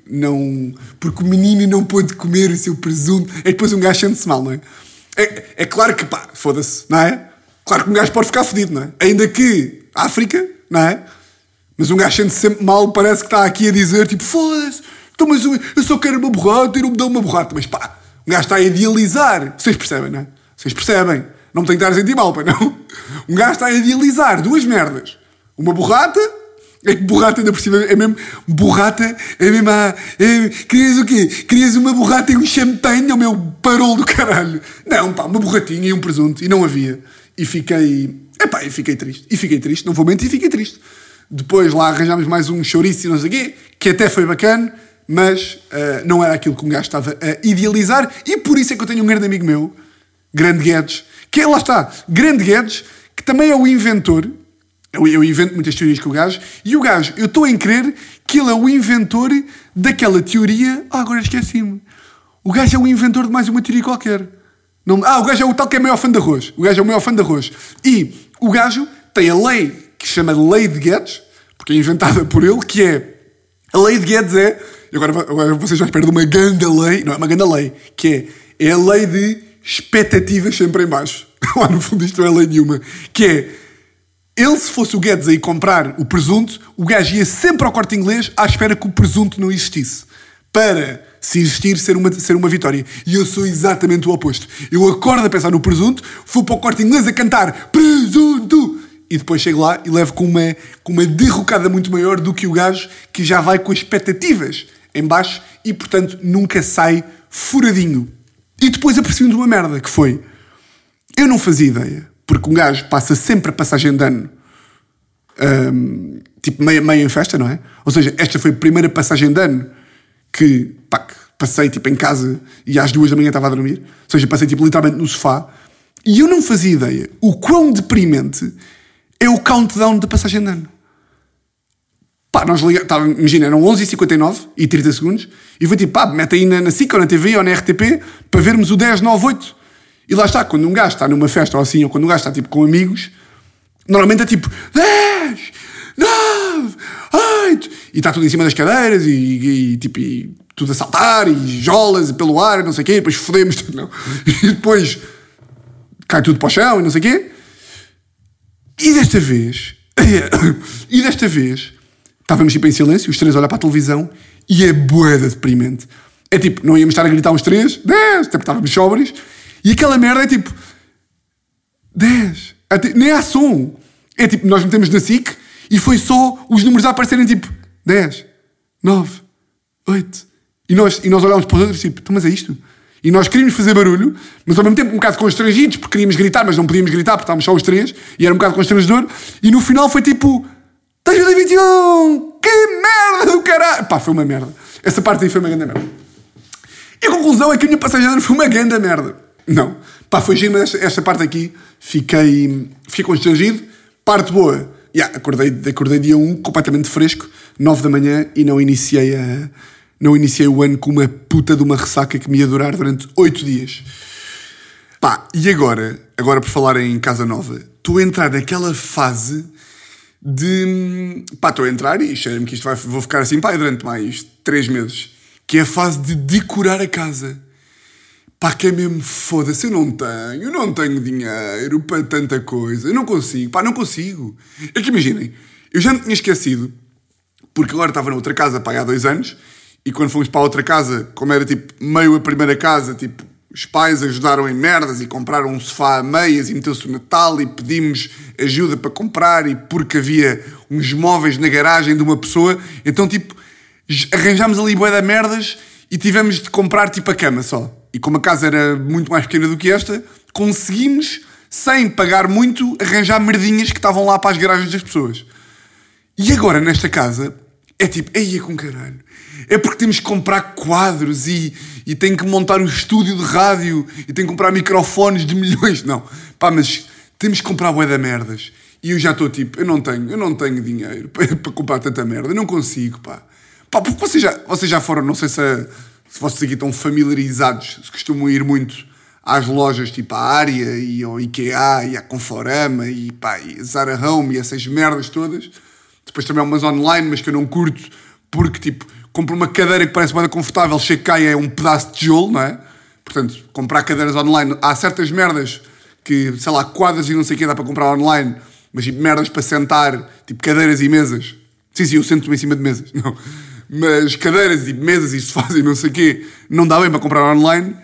o menino não pôde comer o seu presunto. É depois um gajo sente-se mal, não é? É claro que, pá, foda-se, não é? Claro que um gajo pode ficar fedido, não é? Ainda que África, não é? Mas um gajo sente-se sempre mal, parece que está aqui a dizer, tipo, foda-se, então, mas eu só quero uma borrata e não me dão uma borrata. Mas pá, um gajo está a idealizar. Vocês percebem, não é? Vocês percebem. Não me tenho que estar a sentir mal, pá, não. Um gajo está a idealizar duas merdas. Uma borrata, é que borrata ainda por cima é mesmo... Borrata é mesmo... querias o quê? Querias uma borrata e um champanhe ao meu parolo do caralho. Não, pá, uma borratinha e um presunto. E não havia. E fiquei... Epá, e fiquei triste. E fiquei triste. Não vou mentir, fiquei triste. Depois lá arranjámos mais um chouriço e não sei o quê, que até foi bacana, mas não era aquilo que um gajo estava a idealizar. E por isso é que eu tenho um grande amigo meu, Grande Guedes, que é, lá está, Grande Guedes, que também é o inventor. Eu invento muitas teorias com o gajo. E o gajo, eu estou em crer que ele é o inventor daquela teoria... agora esqueci-me. O gajo é o inventor de mais uma teoria qualquer. Não, o gajo é o tal que é o maior fã de arroz. O gajo é o maior fã de arroz. E o gajo tem a lei que se chama Lei de Guedes, porque é inventada por ele, que é... A Lei de Guedes é... Agora vocês já esperam de uma grande lei. Não, é uma grande lei. Que é a lei de expectativas sempre em baixo. Lá no fundo isto não é lei nenhuma. Que é... Ele, se fosse o Guedes a ir comprar o presunto, o gajo ia sempre ao Corte Inglês à espera que o presunto não existisse. Para, se existir, ser uma vitória. E eu sou exatamente o oposto. Eu acordo a pensar no presunto, vou para o Corte Inglês a cantar presunto! E depois chego lá e levo com uma derrocada muito maior do que o gajo que já vai com as expectativas em baixo e, portanto, nunca sai furadinho. E depois apercebi-me de uma merda, que foi... Eu não fazia ideia. Porque um gajo passa sempre a passagem de ano tipo meio em festa, não é? Ou seja, esta foi a primeira passagem de ano que passei tipo em casa e às 2 da manhã estava a dormir. Ou seja, passei tipo literalmente no sofá. E eu não fazia ideia o quão deprimente é o countdown da passagem de ano. Pá, nós ligávamos, imagina, eram 11h59 e 30 segundos e foi tipo, mete aí na SIC ou na TV ou na RTP para vermos o 10, 9, 8. E lá está, quando um gajo está numa festa ou assim, ou quando um gajo está tipo com amigos, normalmente é tipo 10, 9, 8, e está tudo em cima das cadeiras e tudo a saltar e jolas e pelo ar e não sei o quê, e depois fodemos tudo, não. E depois cai tudo para o chão e não sei o quê. E desta vez estávamos tipo em silêncio, os três a olhar para a televisão e é bué deprimente. É tipo, não íamos estar a gritar uns 3, 10, até porque estávamos sóbrios. E aquela merda é tipo 10. Nem há som. É tipo, nós metemos na SIC e foi só os números a aparecerem tipo 10, 9, 8. E nós olhámos para os outros tipo, mas é isto? E nós queríamos fazer barulho, mas ao mesmo tempo um bocado constrangidos, porque queríamos gritar, mas não podíamos gritar porque estávamos só os três, e era um bocado constrangedor. E no final foi tipo 2021! Que merda do caralho! Pá, foi uma merda. Essa parte aí foi uma grande merda. E a conclusão é que a minha passagem de ano foi uma grande merda. Não. Pá, foi giro, mas esta parte aqui fiquei constrangido. Parte boa. Acordei dia 1 completamente fresco, 9 da manhã, e não iniciei o ano com uma puta de uma ressaca que me ia durar durante 8 dias. Pá, e agora por falar em casa nova, estou a entrar naquela fase de... Pá, estou a entrar e cheiro-me que vou ficar assim, pá, durante mais 3 meses. Que é a fase de decorar a casa. Pá, que é mesmo, foda-se, eu não tenho dinheiro para tanta coisa, eu não consigo, não consigo. É que imaginem, eu já me tinha esquecido porque agora estava na outra casa, pá, há 2 anos, e quando fomos para a outra casa, como era tipo meio a primeira casa, tipo, os pais ajudaram em merdas e compraram um sofá a meias e meteu-se o Natal e pedimos ajuda para comprar e porque havia uns móveis na garagem de uma pessoa, então tipo, arranjámos ali bué de merdas e tivemos de comprar tipo a cama só. E como a casa era muito mais pequena do que esta, conseguimos, sem pagar muito, arranjar merdinhas que estavam lá para as garagens das pessoas. E agora nesta casa é tipo, eia com caralho. É porque temos que comprar quadros e tenho que montar um estúdio de rádio e tenho que comprar microfones de milhões. Não, pá, mas temos que comprar bué de merdas. E eu já estou tipo, eu não tenho dinheiro para comprar tanta merda. Eu não consigo, pá. Pá, porque vocês já foram, não sei se vocês aqui estão familiarizados, se costumam ir muito às lojas tipo a Área e ao IKEA e à Conforama e pá, e Zara Home e essas merdas todas. Depois também há umas online, mas que eu não curto, porque, tipo, compro uma cadeira que parece bem confortável, chega cá e é um pedaço de tijolo, não é? Portanto, comprar cadeiras online, há certas merdas que, sei lá, quadras e não sei o que dá para comprar online, mas tipo, merdas para sentar, tipo cadeiras e mesas. Sim, eu sento-me em cima de mesas, não. Mas cadeiras e mesas e sofás e não sei o quê, não dá bem para comprar online.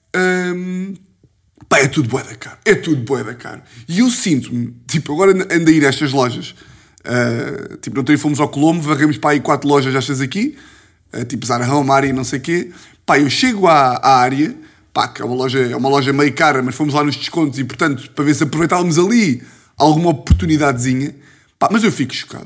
Pá, é tudo bué da caro. É tudo bué da caro. E eu sinto-me, tipo, agora ando a ir a estas lojas. Tipo, não fomos ao Colombo, varremos para aí 4 lojas estas aqui, tipo Zara Home, Área e não sei o quê. Pá, eu chego à Área, pá, que é uma loja meio cara, mas fomos lá nos descontos e, portanto, para ver se aproveitávamos ali alguma oportunidadezinha. Pá, mas eu fico chocado.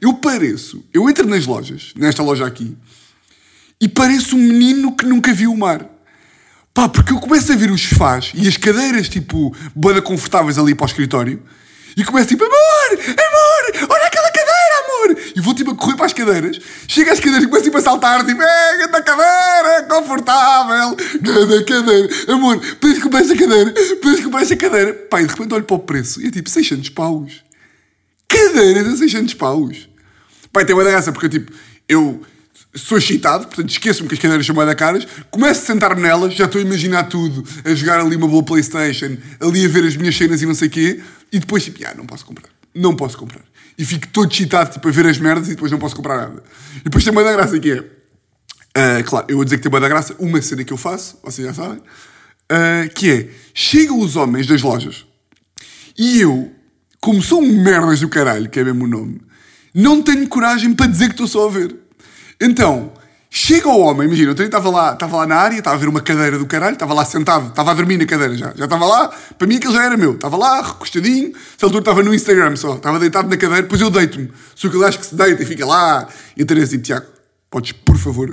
Eu entro nas lojas, nesta loja aqui, e pareço um menino que nunca viu o mar. Pá, porque eu começo a ver os sofás e as cadeiras, tipo, bué confortáveis ali para o escritório, e começo tipo, amor, olha aquela cadeira, amor! E vou tipo a correr para as cadeiras, chego às cadeiras e começo tipo a saltar, tipo, anda cadeira, confortável, anda cadeira, amor, podes comprar esta cadeira, pá, e de repente olho para o preço, e é tipo, 600 paus. Cadeiras a 600 paus. Pá, e tem uma graça, porque eu sou excitado, portanto esqueço-me que as cadeiras são bué da caras, começo a sentar-me nelas, já estou a imaginar tudo, a jogar ali uma boa PlayStation, ali a ver as minhas cenas e não sei o quê, e depois tipo, não posso comprar. E fico todo excitado, tipo, a ver as merdas e depois não posso comprar nada. E depois tem bué da graça que é, claro, eu vou dizer que tem bué da graça, uma cena que eu faço, vocês já sabem, que é, chegam os homens das lojas, e eu, como sou um merdas do caralho, que é mesmo o nome, não tenho coragem para dizer que estou só a ver. Então, chega o homem, imagina, eu estava lá na Área, estava a ver uma cadeira do caralho, estava lá sentado, estava a dormir na cadeira já estava lá, para mim aquilo já era meu, estava lá, recostadinho, essa altura estava no Instagram só, estava deitado na cadeira, depois eu deito-me, sou aquele gajo que se deita e fica lá, e a Teresa tipo, Tiago, podes, por favor,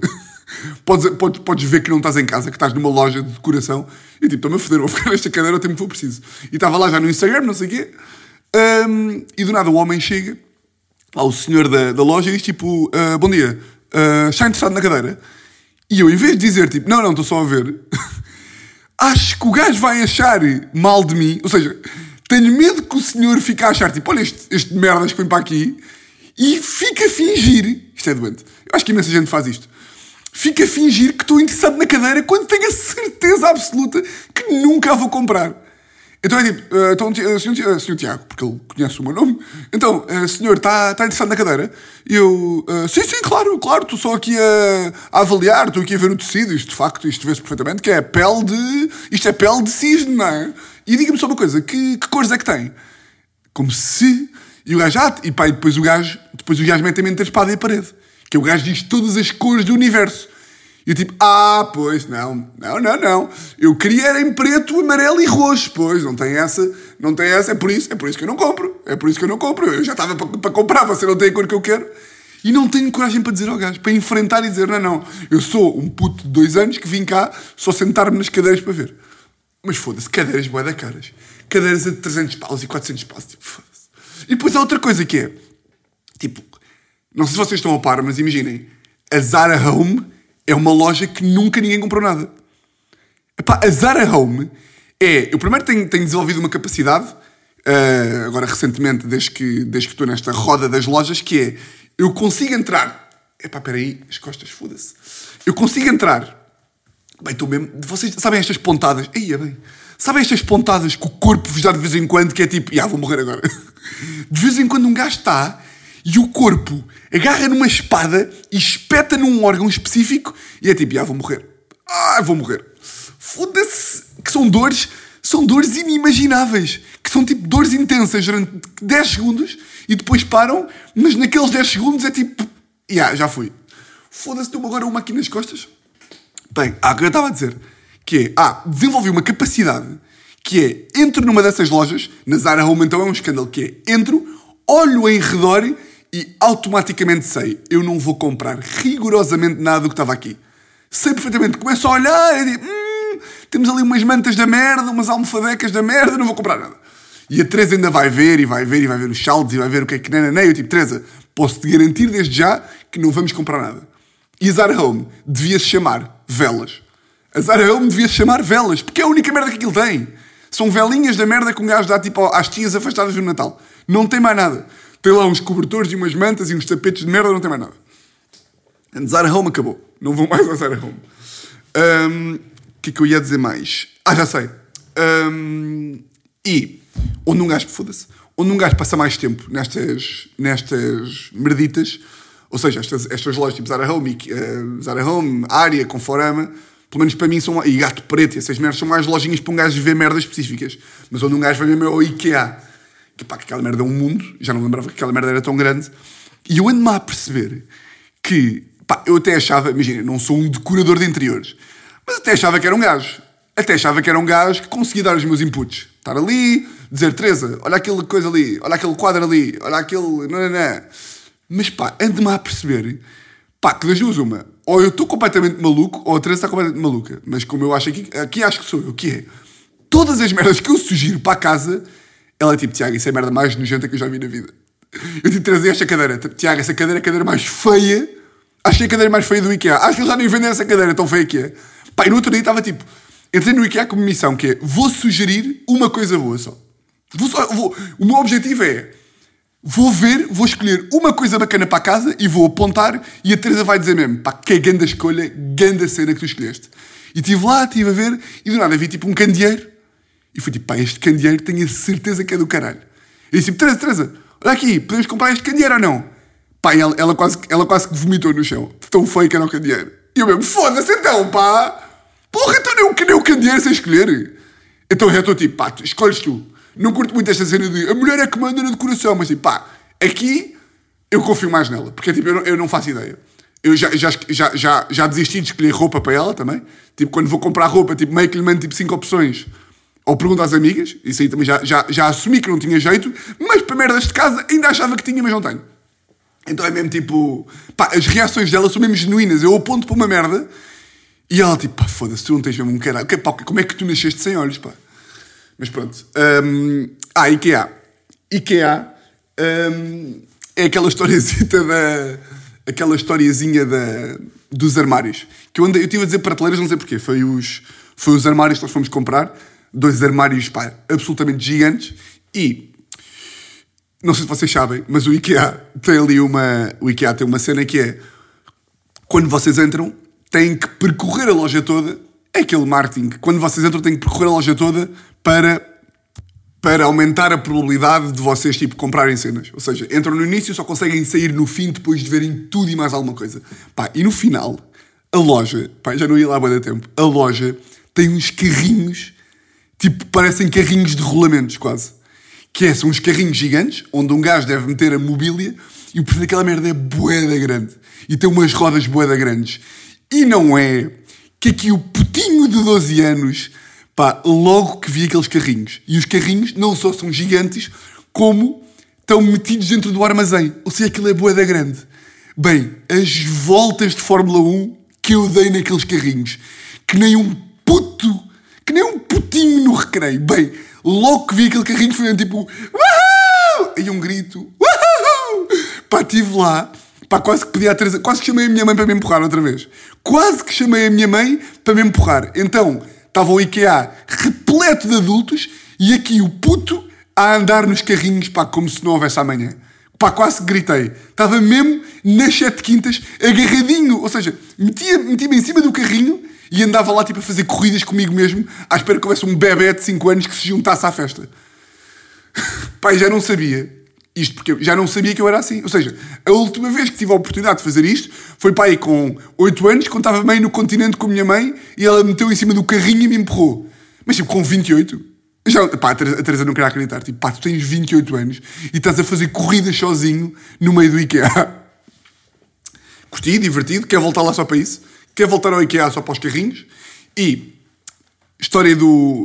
podes ver que não estás em casa, que estás numa loja de decoração, e tipo, estou-me a foder, vou ficar nesta cadeira o tempo que for preciso. E estava lá já no Instagram, não sei o quê, e do nada o homem chega, lá o senhor da loja e diz tipo, bom dia, está interessado na cadeira? E eu, em vez de dizer tipo, não, estou só a ver, acho que o gajo vai achar mal de mim, ou seja, tenho medo que o senhor fique a achar tipo, olha este merdas que vem para aqui, e fica a fingir, isto é doente, eu acho que imensa gente faz isto, fica a fingir que estou interessado na cadeira quando tenho a certeza absoluta que nunca a vou comprar. Então é tipo, senhor Tiago, porque ele conhece o meu nome, então, senhor, está interessado na cadeira? E eu, sim, claro, estou só aqui a avaliar, estou aqui a ver o tecido, isto de facto, isto vê-se perfeitamente, que é isto é pele de cisne, não é? E diga-me só uma coisa, que cores é que tem? Como se, e o gajo, e pá, e depois o gajo mete-me entre a espada e a parede, que o gajo diz todas as cores do universo. E eu tipo, pois, não. Eu queria era em preto, amarelo e roxo. Pois, não tem essa. É por isso que eu não compro. Eu já estava para comprar, você não tem a cor que eu quero. E não tenho coragem para dizer ao gajo, para enfrentar e dizer, não. Eu sou um puto de 2 anos que vim cá só sentar-me nas cadeiras para ver. Mas foda-se, cadeiras bué da caras. Cadeiras a 300 paus e 400 paus. Tipo, foda-se. E depois há outra coisa que é, tipo, não sei se vocês estão a par, mas imaginem, a Zara Home é uma loja que nunca ninguém comprou nada. Epá, a Zara Home eu primeiro tenho desenvolvido uma capacidade, agora recentemente, desde que estou nesta roda das lojas, que é, eu consigo entrar, peraí, as costas, foda-se. Eu consigo entrar, bem, estou mesmo, vocês sabem estas pontadas, sabem estas pontadas que o corpo vos dá de vez em quando, que é tipo, vou morrer agora. De vez em quando um gajo está, e o corpo agarra numa espada e espeta num órgão específico e é tipo, vou morrer. Vou morrer. Foda-se. Que são dores inimagináveis. Que são tipo dores intensas durante 10 segundos e depois param, mas naqueles 10 segundos é tipo, já fui. Foda-se, deu-me agora uma aqui nas costas. Bem, o que eu estava a dizer, que é, desenvolvi uma capacidade que é, entro numa dessas lojas, na Zara Home então é um escândalo, que é, entro, olho em redor e automaticamente sei, eu não vou comprar rigorosamente nada do que estava aqui. Sei perfeitamente, começo a olhar e digo, temos ali umas mantas da merda, umas almofadecas da merda, não vou comprar nada. E a Teresa ainda vai ver os saldos e vai ver o que é que nananã. Eu tipo, Teresa, posso-te garantir desde já que não vamos comprar nada. E a Zara Home devia-se chamar velas. A Zara Home devia-se chamar velas, porque é a única merda que aquilo tem. São velinhas da merda que um gajo dá tipo às tias afastadas do Natal. Não tem mais nada. Tem lá uns cobertores e umas mantas e uns tapetes de merda, não tem mais nada. A Zara Home acabou. Não vou mais à Zara Home. O que é que eu ia dizer mais? Já sei. E onde um gajo, foda-se, onde um gajo passa mais tempo nestas merditas, ou seja, estas lojas tipo Zara Home, Área, Conforama, pelo menos para mim são, e Gato Preto, e essas merdas são mais lojinhas para um gajo ver merdas específicas. Mas onde um gajo vai ver é o IKEA. Que aquela merda é um mundo, já não lembrava que aquela merda era tão grande. E eu ando-me a perceber que, eu até achava, imagina, não sou um decorador de interiores, mas até achava que era um gajo. Até achava que era um gajo que conseguia dar os meus inputs. Estar ali, dizer, Teresa, olha aquela coisa ali, olha aquele quadro ali, olha aquele... Não. Mas ando-me a perceber, que das duas uma. Ou eu estou completamente maluco, ou a Teresa está completamente maluca. Mas como eu acho aqui acho que sou eu, que é... Todas as merdas que eu sugiro para a casa, ela é tipo, Tiago, isso é a merda mais nojenta que eu já vi na vida. Eu tipo, Teresa, esta cadeira, Tiago, essa cadeira é a cadeira mais feia. Acho que é a cadeira mais feia do IKEA. Acho que eles já nem vendem essa cadeira tão feia que é. E no outro dia estava tipo... Entrei no IKEA com uma missão que é... Vou sugerir uma coisa boa só. O meu objetivo é... Vou escolher uma coisa bacana para a casa e vou apontar e a Teresa vai dizer mesmo, que é grande escolha, grande cena que tu escolheste. E estive lá, estive a ver e do nada vi tipo um candeeiro e fui tipo, este candeeiro tenho a certeza que é do caralho. E disse tipo, Teresa, olha aqui, podemos comprar este candeeiro ou não? Ela quase que vomitou no chão. Tão feio que era o candeeiro. E eu mesmo, foda-se então, Porra, então nem o candeeiro sem escolher. Então eu estou tipo, escolhes tu. Não curto muito esta cena de a mulher é que manda na decoração, mas tipo, aqui eu confio mais nela, porque tipo, eu não faço ideia. Eu já desisti de escolher roupa para ela também. Tipo, quando vou comprar roupa, tipo, meio que lhe mando tipo 5 opções. Ou pergunto às amigas, isso aí também já assumi que não tinha jeito, mas para merdas de casa ainda achava que tinha, mas não tenho. Então é mesmo tipo, as reações dela são mesmo genuínas. Eu aponto para uma merda e ela tipo, foda-se, tu não tens mesmo um caralho. Como é que tu nasceste sem olhos, Mas pronto. IKEA. IKEA é aquela historiazinha dos armários. Que eu estive a dizer prateleiras, não sei porquê. Foi os armários que nós fomos comprar. 2 armários, absolutamente gigantes. E, não sei se vocês sabem, mas o IKEA tem uma cena que é, quando vocês entram, têm que percorrer a loja toda. É aquele marketing. Quando vocês entram, têm que percorrer a loja toda para aumentar a probabilidade de vocês, tipo, comprarem cenas. Ou seja, entram no início e só conseguem sair no fim depois de verem tudo e mais alguma coisa. E no final, a loja... já não ia lá há muito tempo. A loja tem uns carrinhos, tipo, parecem carrinhos de rolamentos, quase. São uns carrinhos gigantes, onde um gajo deve meter a mobília e o preço daquela merda é bué da grande. E tem umas rodas bué da grandes. E não é que aqui o putinho de 12 anos... logo que vi aqueles carrinhos. E os carrinhos não só são gigantes, como estão metidos dentro do armazém. Ou seja, aquilo é bué da grande. Bem, as voltas de Fórmula 1 que eu dei naqueles carrinhos. Que nem um putinho no recreio. Bem, logo que vi aquele carrinho foi tipo... Uhul! E um grito... Uhul! Estive lá... quase que pedi à Teresa... Quase que chamei a minha mãe para me empurrar outra vez. Então... Estava o IKEA repleto de adultos e aqui o puto a andar nos carrinhos, como se não houvesse amanhã. Quase que gritei. Estava mesmo nas 7 quintas, agarradinho. Ou seja, metia-me em cima do carrinho e andava lá tipo a fazer corridas comigo mesmo, à espera que houvesse um bebé de 5 anos que se juntasse à festa. Já não sabia Isto porque eu já não sabia que eu era assim. Ou seja, a última vez que tive a oportunidade de fazer isto foi para aí com 8 anos, quando estava meio no continente com a minha mãe e ela meteu em cima do carrinho e me empurrou. Mas tipo, com 28... Pá, a Teresa não queria acreditar. Tipo, pá, tu tens 28 anos e estás a fazer corridas sozinho no meio do IKEA. Curti, divertido, quer voltar lá só para isso. Quer voltar ao IKEA só para os carrinhos. E história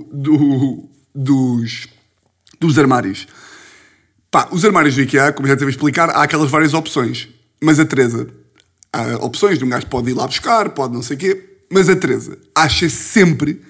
dos armários. Pá, os armários do IKEA, como já teve a explicar, há aquelas várias opções. Mas a Teresa, há opções de um gajo pode ir lá buscar, pode não sei o quê. Mas a Teresa acha sempre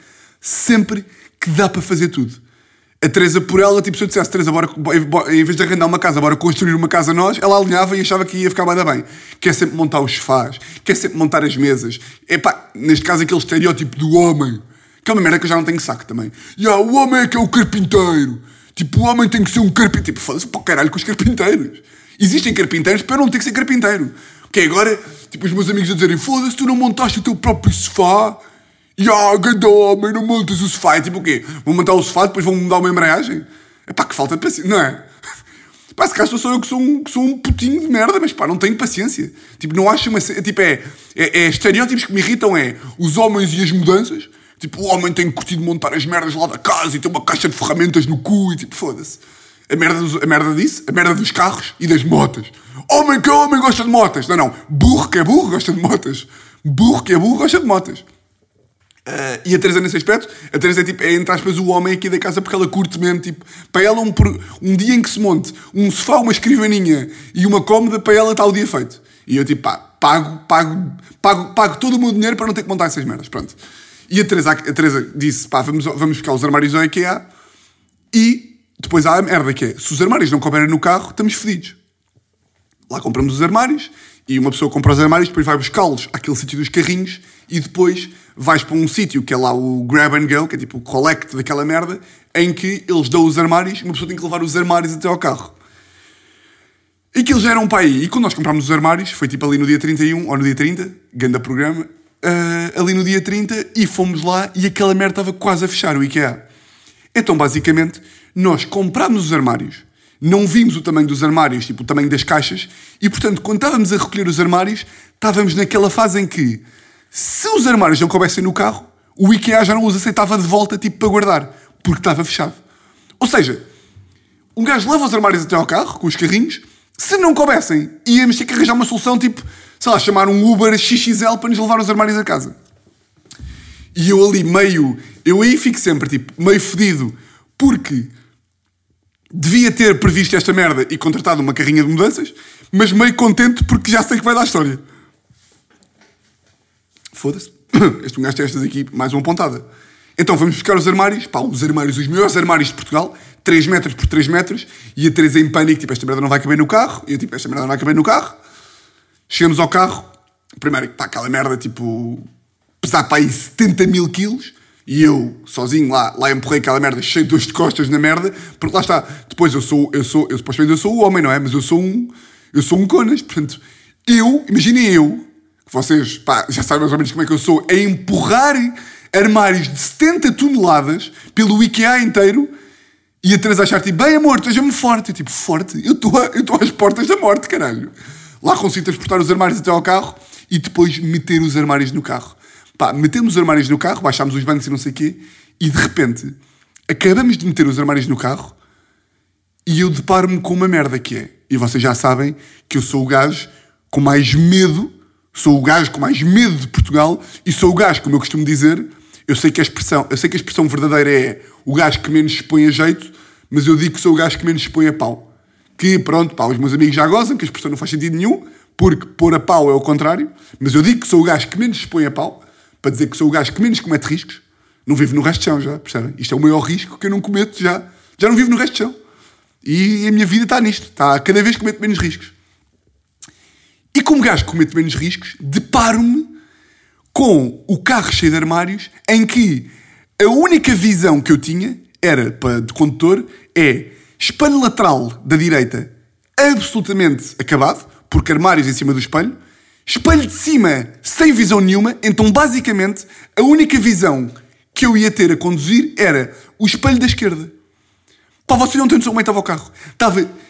que dá para fazer tudo. A Teresa, por ela, tipo, se eu dissesse, Teresa, bora, em vez de arrendar uma casa, bora construir uma casa nós, ela alinhava e achava que ia ficar bem. Quer sempre montar os sofás, quer sempre montar as mesas. É pá, neste caso, aquele estereótipo do homem, que é uma merda que eu já não tenho saco também. O homem é que é o carpinteiro. Tipo, o homem tem que ser um carpinteiro. Tipo, foda-se para o caralho com os carpinteiros. Existem carpinteiros para eu não ter que ser carpinteiro. Que é agora, tipo, os meus amigos a dizerem, foda-se, tu não montaste o teu próprio sofá. Ganda homem, não montas o sofá. É tipo o quê? Vão montar o sofá, depois vão mudar uma embreagem? É pá, que falta de paciência, não é? Pá, se calhar sou eu que sou um putinho de merda, mas pá, não tenho paciência. Tipo, não acho uma... Tipo, estereótipos que me irritam os homens e as mudanças. Tipo, o homem tem que curtir de montar as merdas lá da casa e ter uma caixa de ferramentas no cu e tipo, foda-se. A merda disso, a merda dos carros e das motas. Homem que é homem gosta de motas. Não. Burro que é burro gosta de motas. Burro que é burro gosta de motas. E a Teresa nesse aspecto, a Teresa é tipo, entre aspas, o homem aqui da casa porque ela curte mesmo, tipo, para ela um dia em que se monte um sofá, uma escrivaninha e uma cómoda, para ela está o dia feito. E eu tipo, pá, pago todo o meu dinheiro para não ter que montar essas merdas, pronto. E a Teresa disse, pá, vamos buscar os armários ao IKEA e depois há a merda que é, se os armários não couberem no carro, estamos fedidos. Lá compramos os armários e uma pessoa compra os armários, depois vai buscá-los àquele sítio dos carrinhos e depois vais para um sítio que é lá o grab and go, que é tipo o collect daquela merda, em que eles dão os armários e uma pessoa tem que levar os armários até ao carro. E que eles eram para aí. E quando nós comprámos os armários, foi tipo ali no dia 31 ou no dia 30, ganda programa, ali no dia 30, e fomos lá e aquela merda estava quase a fechar o IKEA. Então, basicamente, nós comprámos os armários, não vimos o tamanho dos armários, tipo o tamanho das caixas, e portanto, quando estávamos a recolher os armários, estávamos naquela fase em que, se os armários não coubessem no carro, o IKEA já não os aceitava de volta, tipo, para guardar, porque estava fechado. Ou seja, um gajo leva os armários até ao carro, com os carrinhos, se não coubessem, íamos ter que arranjar uma solução, tipo, sei lá, chamar um Uber XXL para nos levar os armários a casa. E eu ali eu aí fico sempre, tipo, meio fedido, porque devia ter previsto esta merda e contratado uma carrinha de mudanças, mas meio contente porque já sei que vai dar história. Foda-se. Este gajo tem estas aqui, mais uma pontada. Então vamos buscar os armários, pá, os melhores armários de Portugal, 3 metros por 3 metros, e a Teresa em pânico, tipo, esta merda não vai caber no carro, e eu, tipo, esta merda não vai caber no carro. Chegamos ao carro, primeiro, pá, aquela merda, tipo, pesar para aí 70 mil quilos, e eu, sozinho, lá empurrei aquela merda, cheio de dores de costas na merda, porque lá está, depois eu supostamente eu sou o homem, não é? Mas eu sou um conas, portanto, imaginem eu, que vocês, pá, já sabem mais ou menos como é que eu sou, a empurrar armários de 70 toneladas pelo IKEA inteiro, e a Teresa achar, tipo, bem amor, esteja-me forte. Eu, tipo, forte? Eu estou às portas da morte, caralho. Lá consigo transportar os armários até ao carro e depois meter os armários no carro. Pá, metemos os armários no carro, baixámos os bancos e não sei o quê, e de repente, acabamos de meter os armários no carro e eu deparo-me com uma merda que é, e vocês já sabem que eu sou o gajo com mais medo, de Portugal, e sou o gajo, como eu costumo dizer, eu sei que a expressão verdadeira é o gajo que menos se põe a jeito, mas eu digo que sou o gajo que menos se põe a pau. Que, pronto, pá, os meus amigos já gozam, que a expressão não faz sentido nenhum, porque pôr a pau é o contrário, mas eu digo que sou o gajo que menos se põe a pau, para dizer que sou o gajo que menos comete riscos. Não vivo no resto de chão, já, percebem? Isto é o maior risco que eu não cometo já. Já não vivo no resto de chão. E a minha vida está nisto. Está cada vez cometo menos riscos. E como gajo que comete menos riscos, deparo-me com o carro cheio de armários em que a única visão que eu tinha era, de condutor, espelho lateral da direita absolutamente acabado, porque armários em cima do espelho, espelho de cima sem visão nenhuma, então basicamente a única visão que eu ia ter a conduzir era o espelho da esquerda. Pá, vocês não têm noção como é que estava o carro. Estava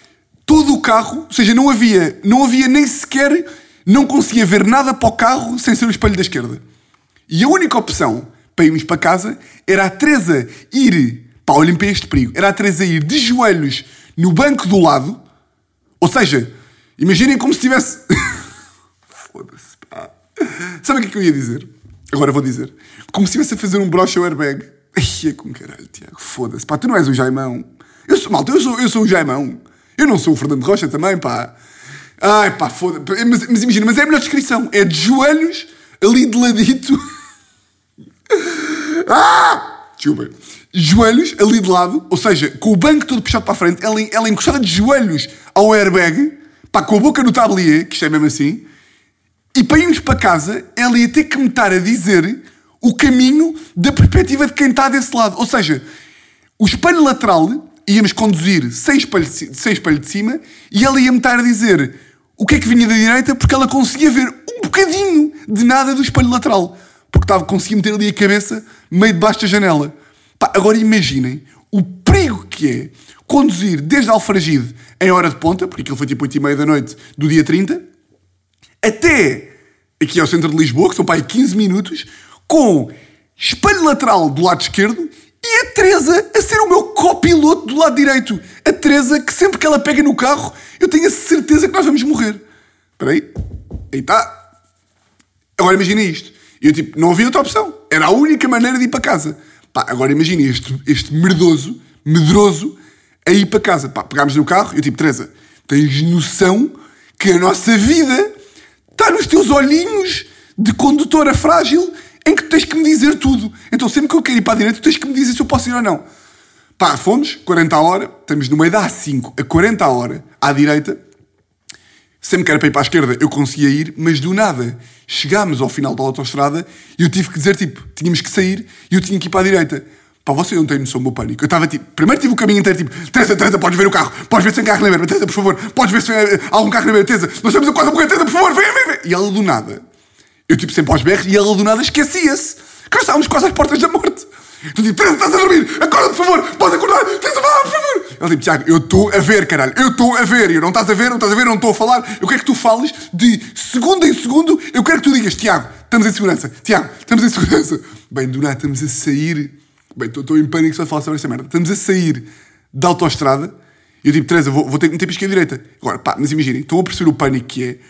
todo o carro, ou seja, não havia nem sequer, não conseguia ver nada para o carro sem ser o espelho da esquerda. E a única opção para irmos para casa era a Teresa ir, pá, olhem para este perigo, era a Teresa ir de joelhos no banco do lado, ou seja, imaginem como se tivesse... Foda-se, pá. Sabe o que eu ia dizer? Agora vou dizer. Como se estivesse a fazer um broche ao airbag. Ai, é com caralho, Tiago, foda-se, pá, tu não és o Jaimão. Eu sou o Jaimão. Eu não sou o Fernando Rocha também, pá. Ai, pá, foda-se. Mas imagina, mas é a melhor descrição. É de joelhos, ali de ladito. Desculpa. Joelhos, ali de lado, ou seja, com o banco todo puxado para a frente, ela encostada de joelhos ao airbag, pá, com a boca no tablier, que isto é mesmo assim, e para irmos para casa, ela ia ter que me estar a dizer o caminho da perspectiva de quem está desse lado. Ou seja, o espelho lateral, íamos conduzir sem espelho de cima, e ela ia me estar a dizer o que é que vinha da direita, porque ela conseguia ver um bocadinho de nada do espelho lateral. Porque conseguia meter ali a cabeça meio debaixo da janela. Pá, agora imaginem o perigo que é conduzir desde Alfragide em hora de ponta, porque aquilo foi tipo 8h30 da noite do dia 30, até aqui ao centro de Lisboa, que são, pá, aí 15 minutos, com espelho lateral do lado esquerdo e a Teresa a ser o meu copiloto do lado direito. A Teresa, que sempre que ela pega no carro, eu tenho a certeza que nós vamos morrer. Espera aí. Aí está. Agora imagina isto. Eu, tipo, não havia outra opção. Era a única maneira de ir para casa. Pá, agora imagina este medroso, a ir para casa. Pá, pegámos no carro e eu, tipo, Teresa, tens noção que a nossa vida está nos teus olhinhos de condutora frágil em que tu tens que me dizer tudo. Então sempre que eu quero ir para a direita, tu tens que me dizer se eu posso ir ou não. Pá, fomos, 40 a hora, estamos no meio da A5, a 40 a hora, à direita. Sempre que era para ir para a esquerda, eu conseguia ir, mas do nada chegámos ao final da autoestrada e eu tive que dizer, tipo, tínhamos que sair e eu tinha que ir para a direita. Pá, você não tem noção do meu pânico. Eu estava, tipo, primeiro tive o caminho inteiro, tipo, Teresa, podes ver o carro, podes ver se tem carro na beira, Teresa, por favor, podes ver se há algum carro na beira, Teresa, nós estamos quase a morrer, Teresa, por favor, vem. E ela do nada, eu, tipo, sempre aos berros, e ela do nada esquecia-se que nós estávamos quase às portas da morte. Tu, tipo, Teresa, estás a dormir, acorda, por favor, podes acordar, Teresa, vai, por favor. Ela, tipo, Tiago, eu estou a ver, caralho, eu estou a ver, e eu não estás a ver, não estou a falar, eu quero que tu fales de segundo em segundo, eu quero que tu digas, Tiago, estamos em segurança, Tiago, estamos em segurança. Bem, do nada estamos a sair, bem, estou em pânico só de falar sobre esta merda, estamos a sair da autoestrada, e eu, tipo, Teresa, vou ter que meter pisca à direita. Agora, pá, mas imaginem, estão a perceber o pânico que é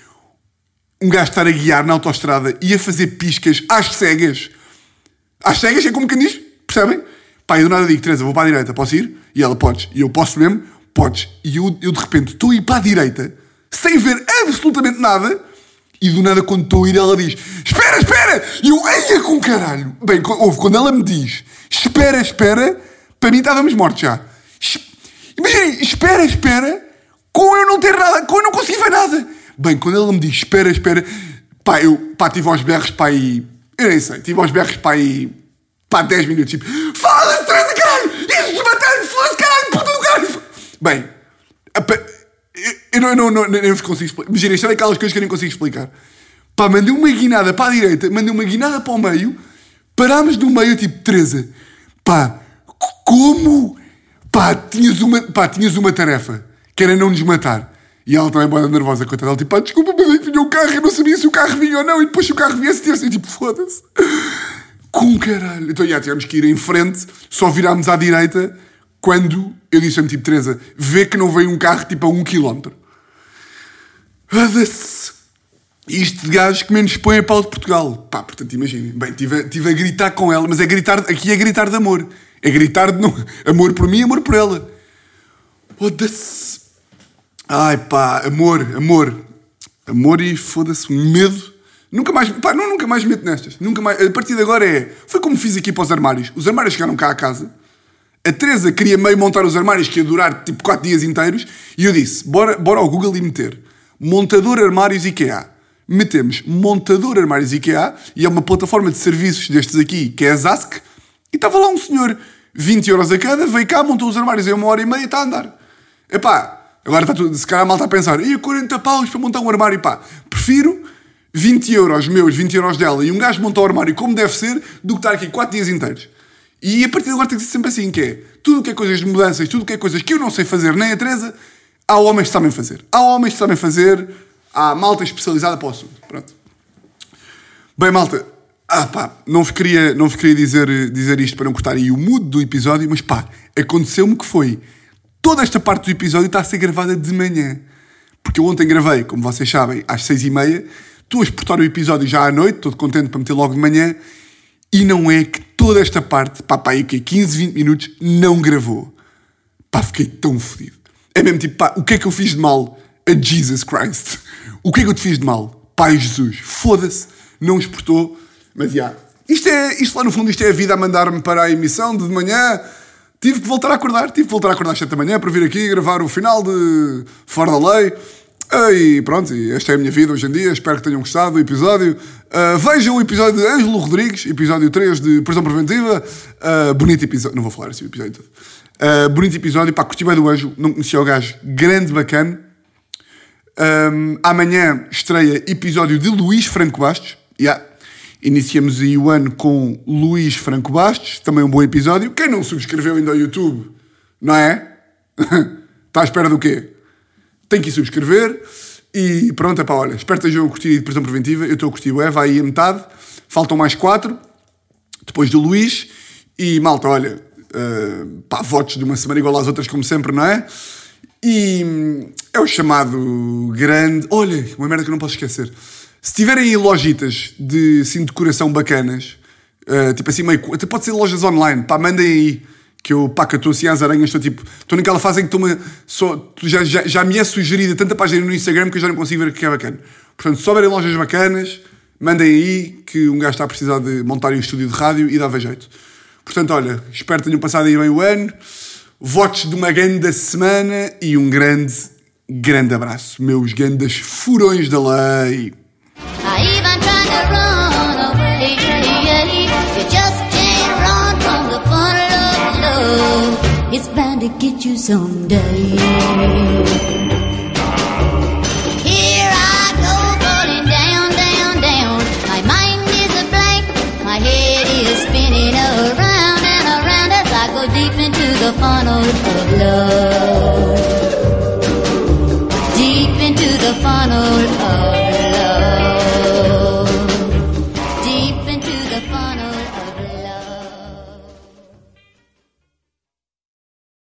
um gajo estar a guiar na autoestrada e a fazer piscas às cegas. Às cegas é como quem diz, percebem? Pá, eu do nada digo, Teresa, vou para a direita, posso ir? E ela, podes. E eu, posso mesmo? Podes. E eu de repente estou a ir para a direita, sem ver absolutamente nada, e do nada quando estou a ir ela diz, espera! E eu, eia com caralho. Bem, quando ela me diz, espera, para mim estávamos mortos já. Imaginem, espera, com eu não ter nada, com eu não conseguir ver nada. Bem, quando ela me diz, espera, pá, eu, pá, tive aos berros, pá, e... Eu nem sei, tive aos berros, pá, e... Pá, 10 minutos, tipo... Fala-se, Teresa, caralho! Isto matar-me, foda-se, caralho, puta do caralho! Bem... Eu não vos consigo explicar. Imagina, isto é daquelas coisas que eu nem consigo explicar. Pá, mandei uma guinada para a direita, mandei uma guinada para o meio, parámos no meio, tipo, Teresa, pá, como? Pá, tinhas uma tarefa, que era não nos matar. E ela também é nervosa, coitada. Ela, tipo, pá, desculpa, mas é que vinha o carro, eu não sabia se o carro vinha ou não, e depois se o carro viesse, eu, tipo, foda-se. Com caralho. Então, já, tivemos que ir em frente, só virámos à direita, quando eu disse-me, tipo, Teresa, vê que não veio um carro, tipo, a 1 km. Isto de gajos que menos põe a pau de Portugal. Pá, portanto, imaginem. Bem, tive a gritar com ela, mas aqui é gritar de amor. É gritar de amor por mim, amor por ela. Ai, pá, amor e foda-se, medo. Nunca mais me meto nestas. Nunca mais. A partir de agora foi como fiz aqui para os armários. Os armários chegaram cá à casa. A Teresa queria meio montar os armários que ia durar tipo 4 dias inteiros. E eu disse, bora ao Google e meter montador armários IKEA. Metemos montador armários IKEA e é uma plataforma de serviços destes aqui, que é a Zask. E estava lá um senhor, 20€ a cada, veio cá, montou os armários em 1h30 e está a andar. Epá, agora está tudo, se calhar a malta a pensar, e 40 paus para montar um armário, pá, prefiro 20€ meus, 20€ dela, e um gajo monta o armário como deve ser, do que estar aqui 4 dias inteiros. E a partir de agora tem que ser sempre assim, que é, tudo o que é coisas de mudanças, tudo o que é coisas que eu não sei fazer, nem a Teresa, Há homens que sabem fazer. Há homens que sabem fazer. Há malta especializada para o assunto. Pronto. Bem, malta. Não vos queria dizer isto para não cortar aí o mood do episódio, mas aconteceu-me que foi. Toda esta parte do episódio está a ser gravada de manhã. Porque eu ontem gravei, como vocês sabem, às 6h30. Estou a exportar o episódio já à noite, estou contente para meter logo de manhã. E não é que toda esta parte, aí o quê? 15, 20 minutos, não gravou. Fiquei tão fodido. É mesmo tipo, o que é que eu fiz de mal a Jesus Christ? O que é que eu te fiz de mal? Pai Jesus, foda-se, não exportou. Mas isto lá no fundo, isto é a vida a mandar-me para a emissão de manhã. Tive que voltar a acordar às 7 da manhã para vir aqui gravar o final de Fora da Lei. E pronto, esta é a minha vida hoje em dia. Espero que tenham gostado do episódio. Vejam o episódio de Ângelo Rodrigues, episódio 3 de Prisão Preventiva. Bonito episódio, não vou falar assim o episódio todo. Bonito episódio, curti bem do Ângelo, não conhecia o gajo, grande bacana. Amanhã estreia episódio de Luís Franco Bastos. Iniciamos aí o ano com Luís Franco Bastos, também um bom episódio. Quem não subscreveu ainda ao YouTube, não é? Está à espera do quê? Tem que ir subscrever. E pronto, olha, espero que estejam a curtir de Prisão Preventiva. Eu estou a curtir, vai aí a metade. Faltam mais 4, depois do Luís. E malta, olha, votos de uma semana igual às outras, como sempre, não é? E é o chamado grande... Olha, uma merda que eu não posso esquecer. Se tiverem aí lojitas de decoração bacanas, tipo assim meio... Até pode ser lojas online, mandem aí. Que eu estou assim às aranhas, estou naquela fase em que já me é sugerida tanta página no Instagram que eu já não consigo ver o que é bacana. Portanto, se souberem lojas bacanas, mandem aí que um gajo está a precisar de montar um estúdio de rádio e dava jeito. Portanto, olha, espero que tenham passado aí bem o ano. Votos de uma grande semana e um grande, grande abraço. Meus grandes furões da lei. It's bound to get you someday. Here I go falling down, down, down. My mind is a blank, my head is spinning around and around as I go deep into the funnel of love.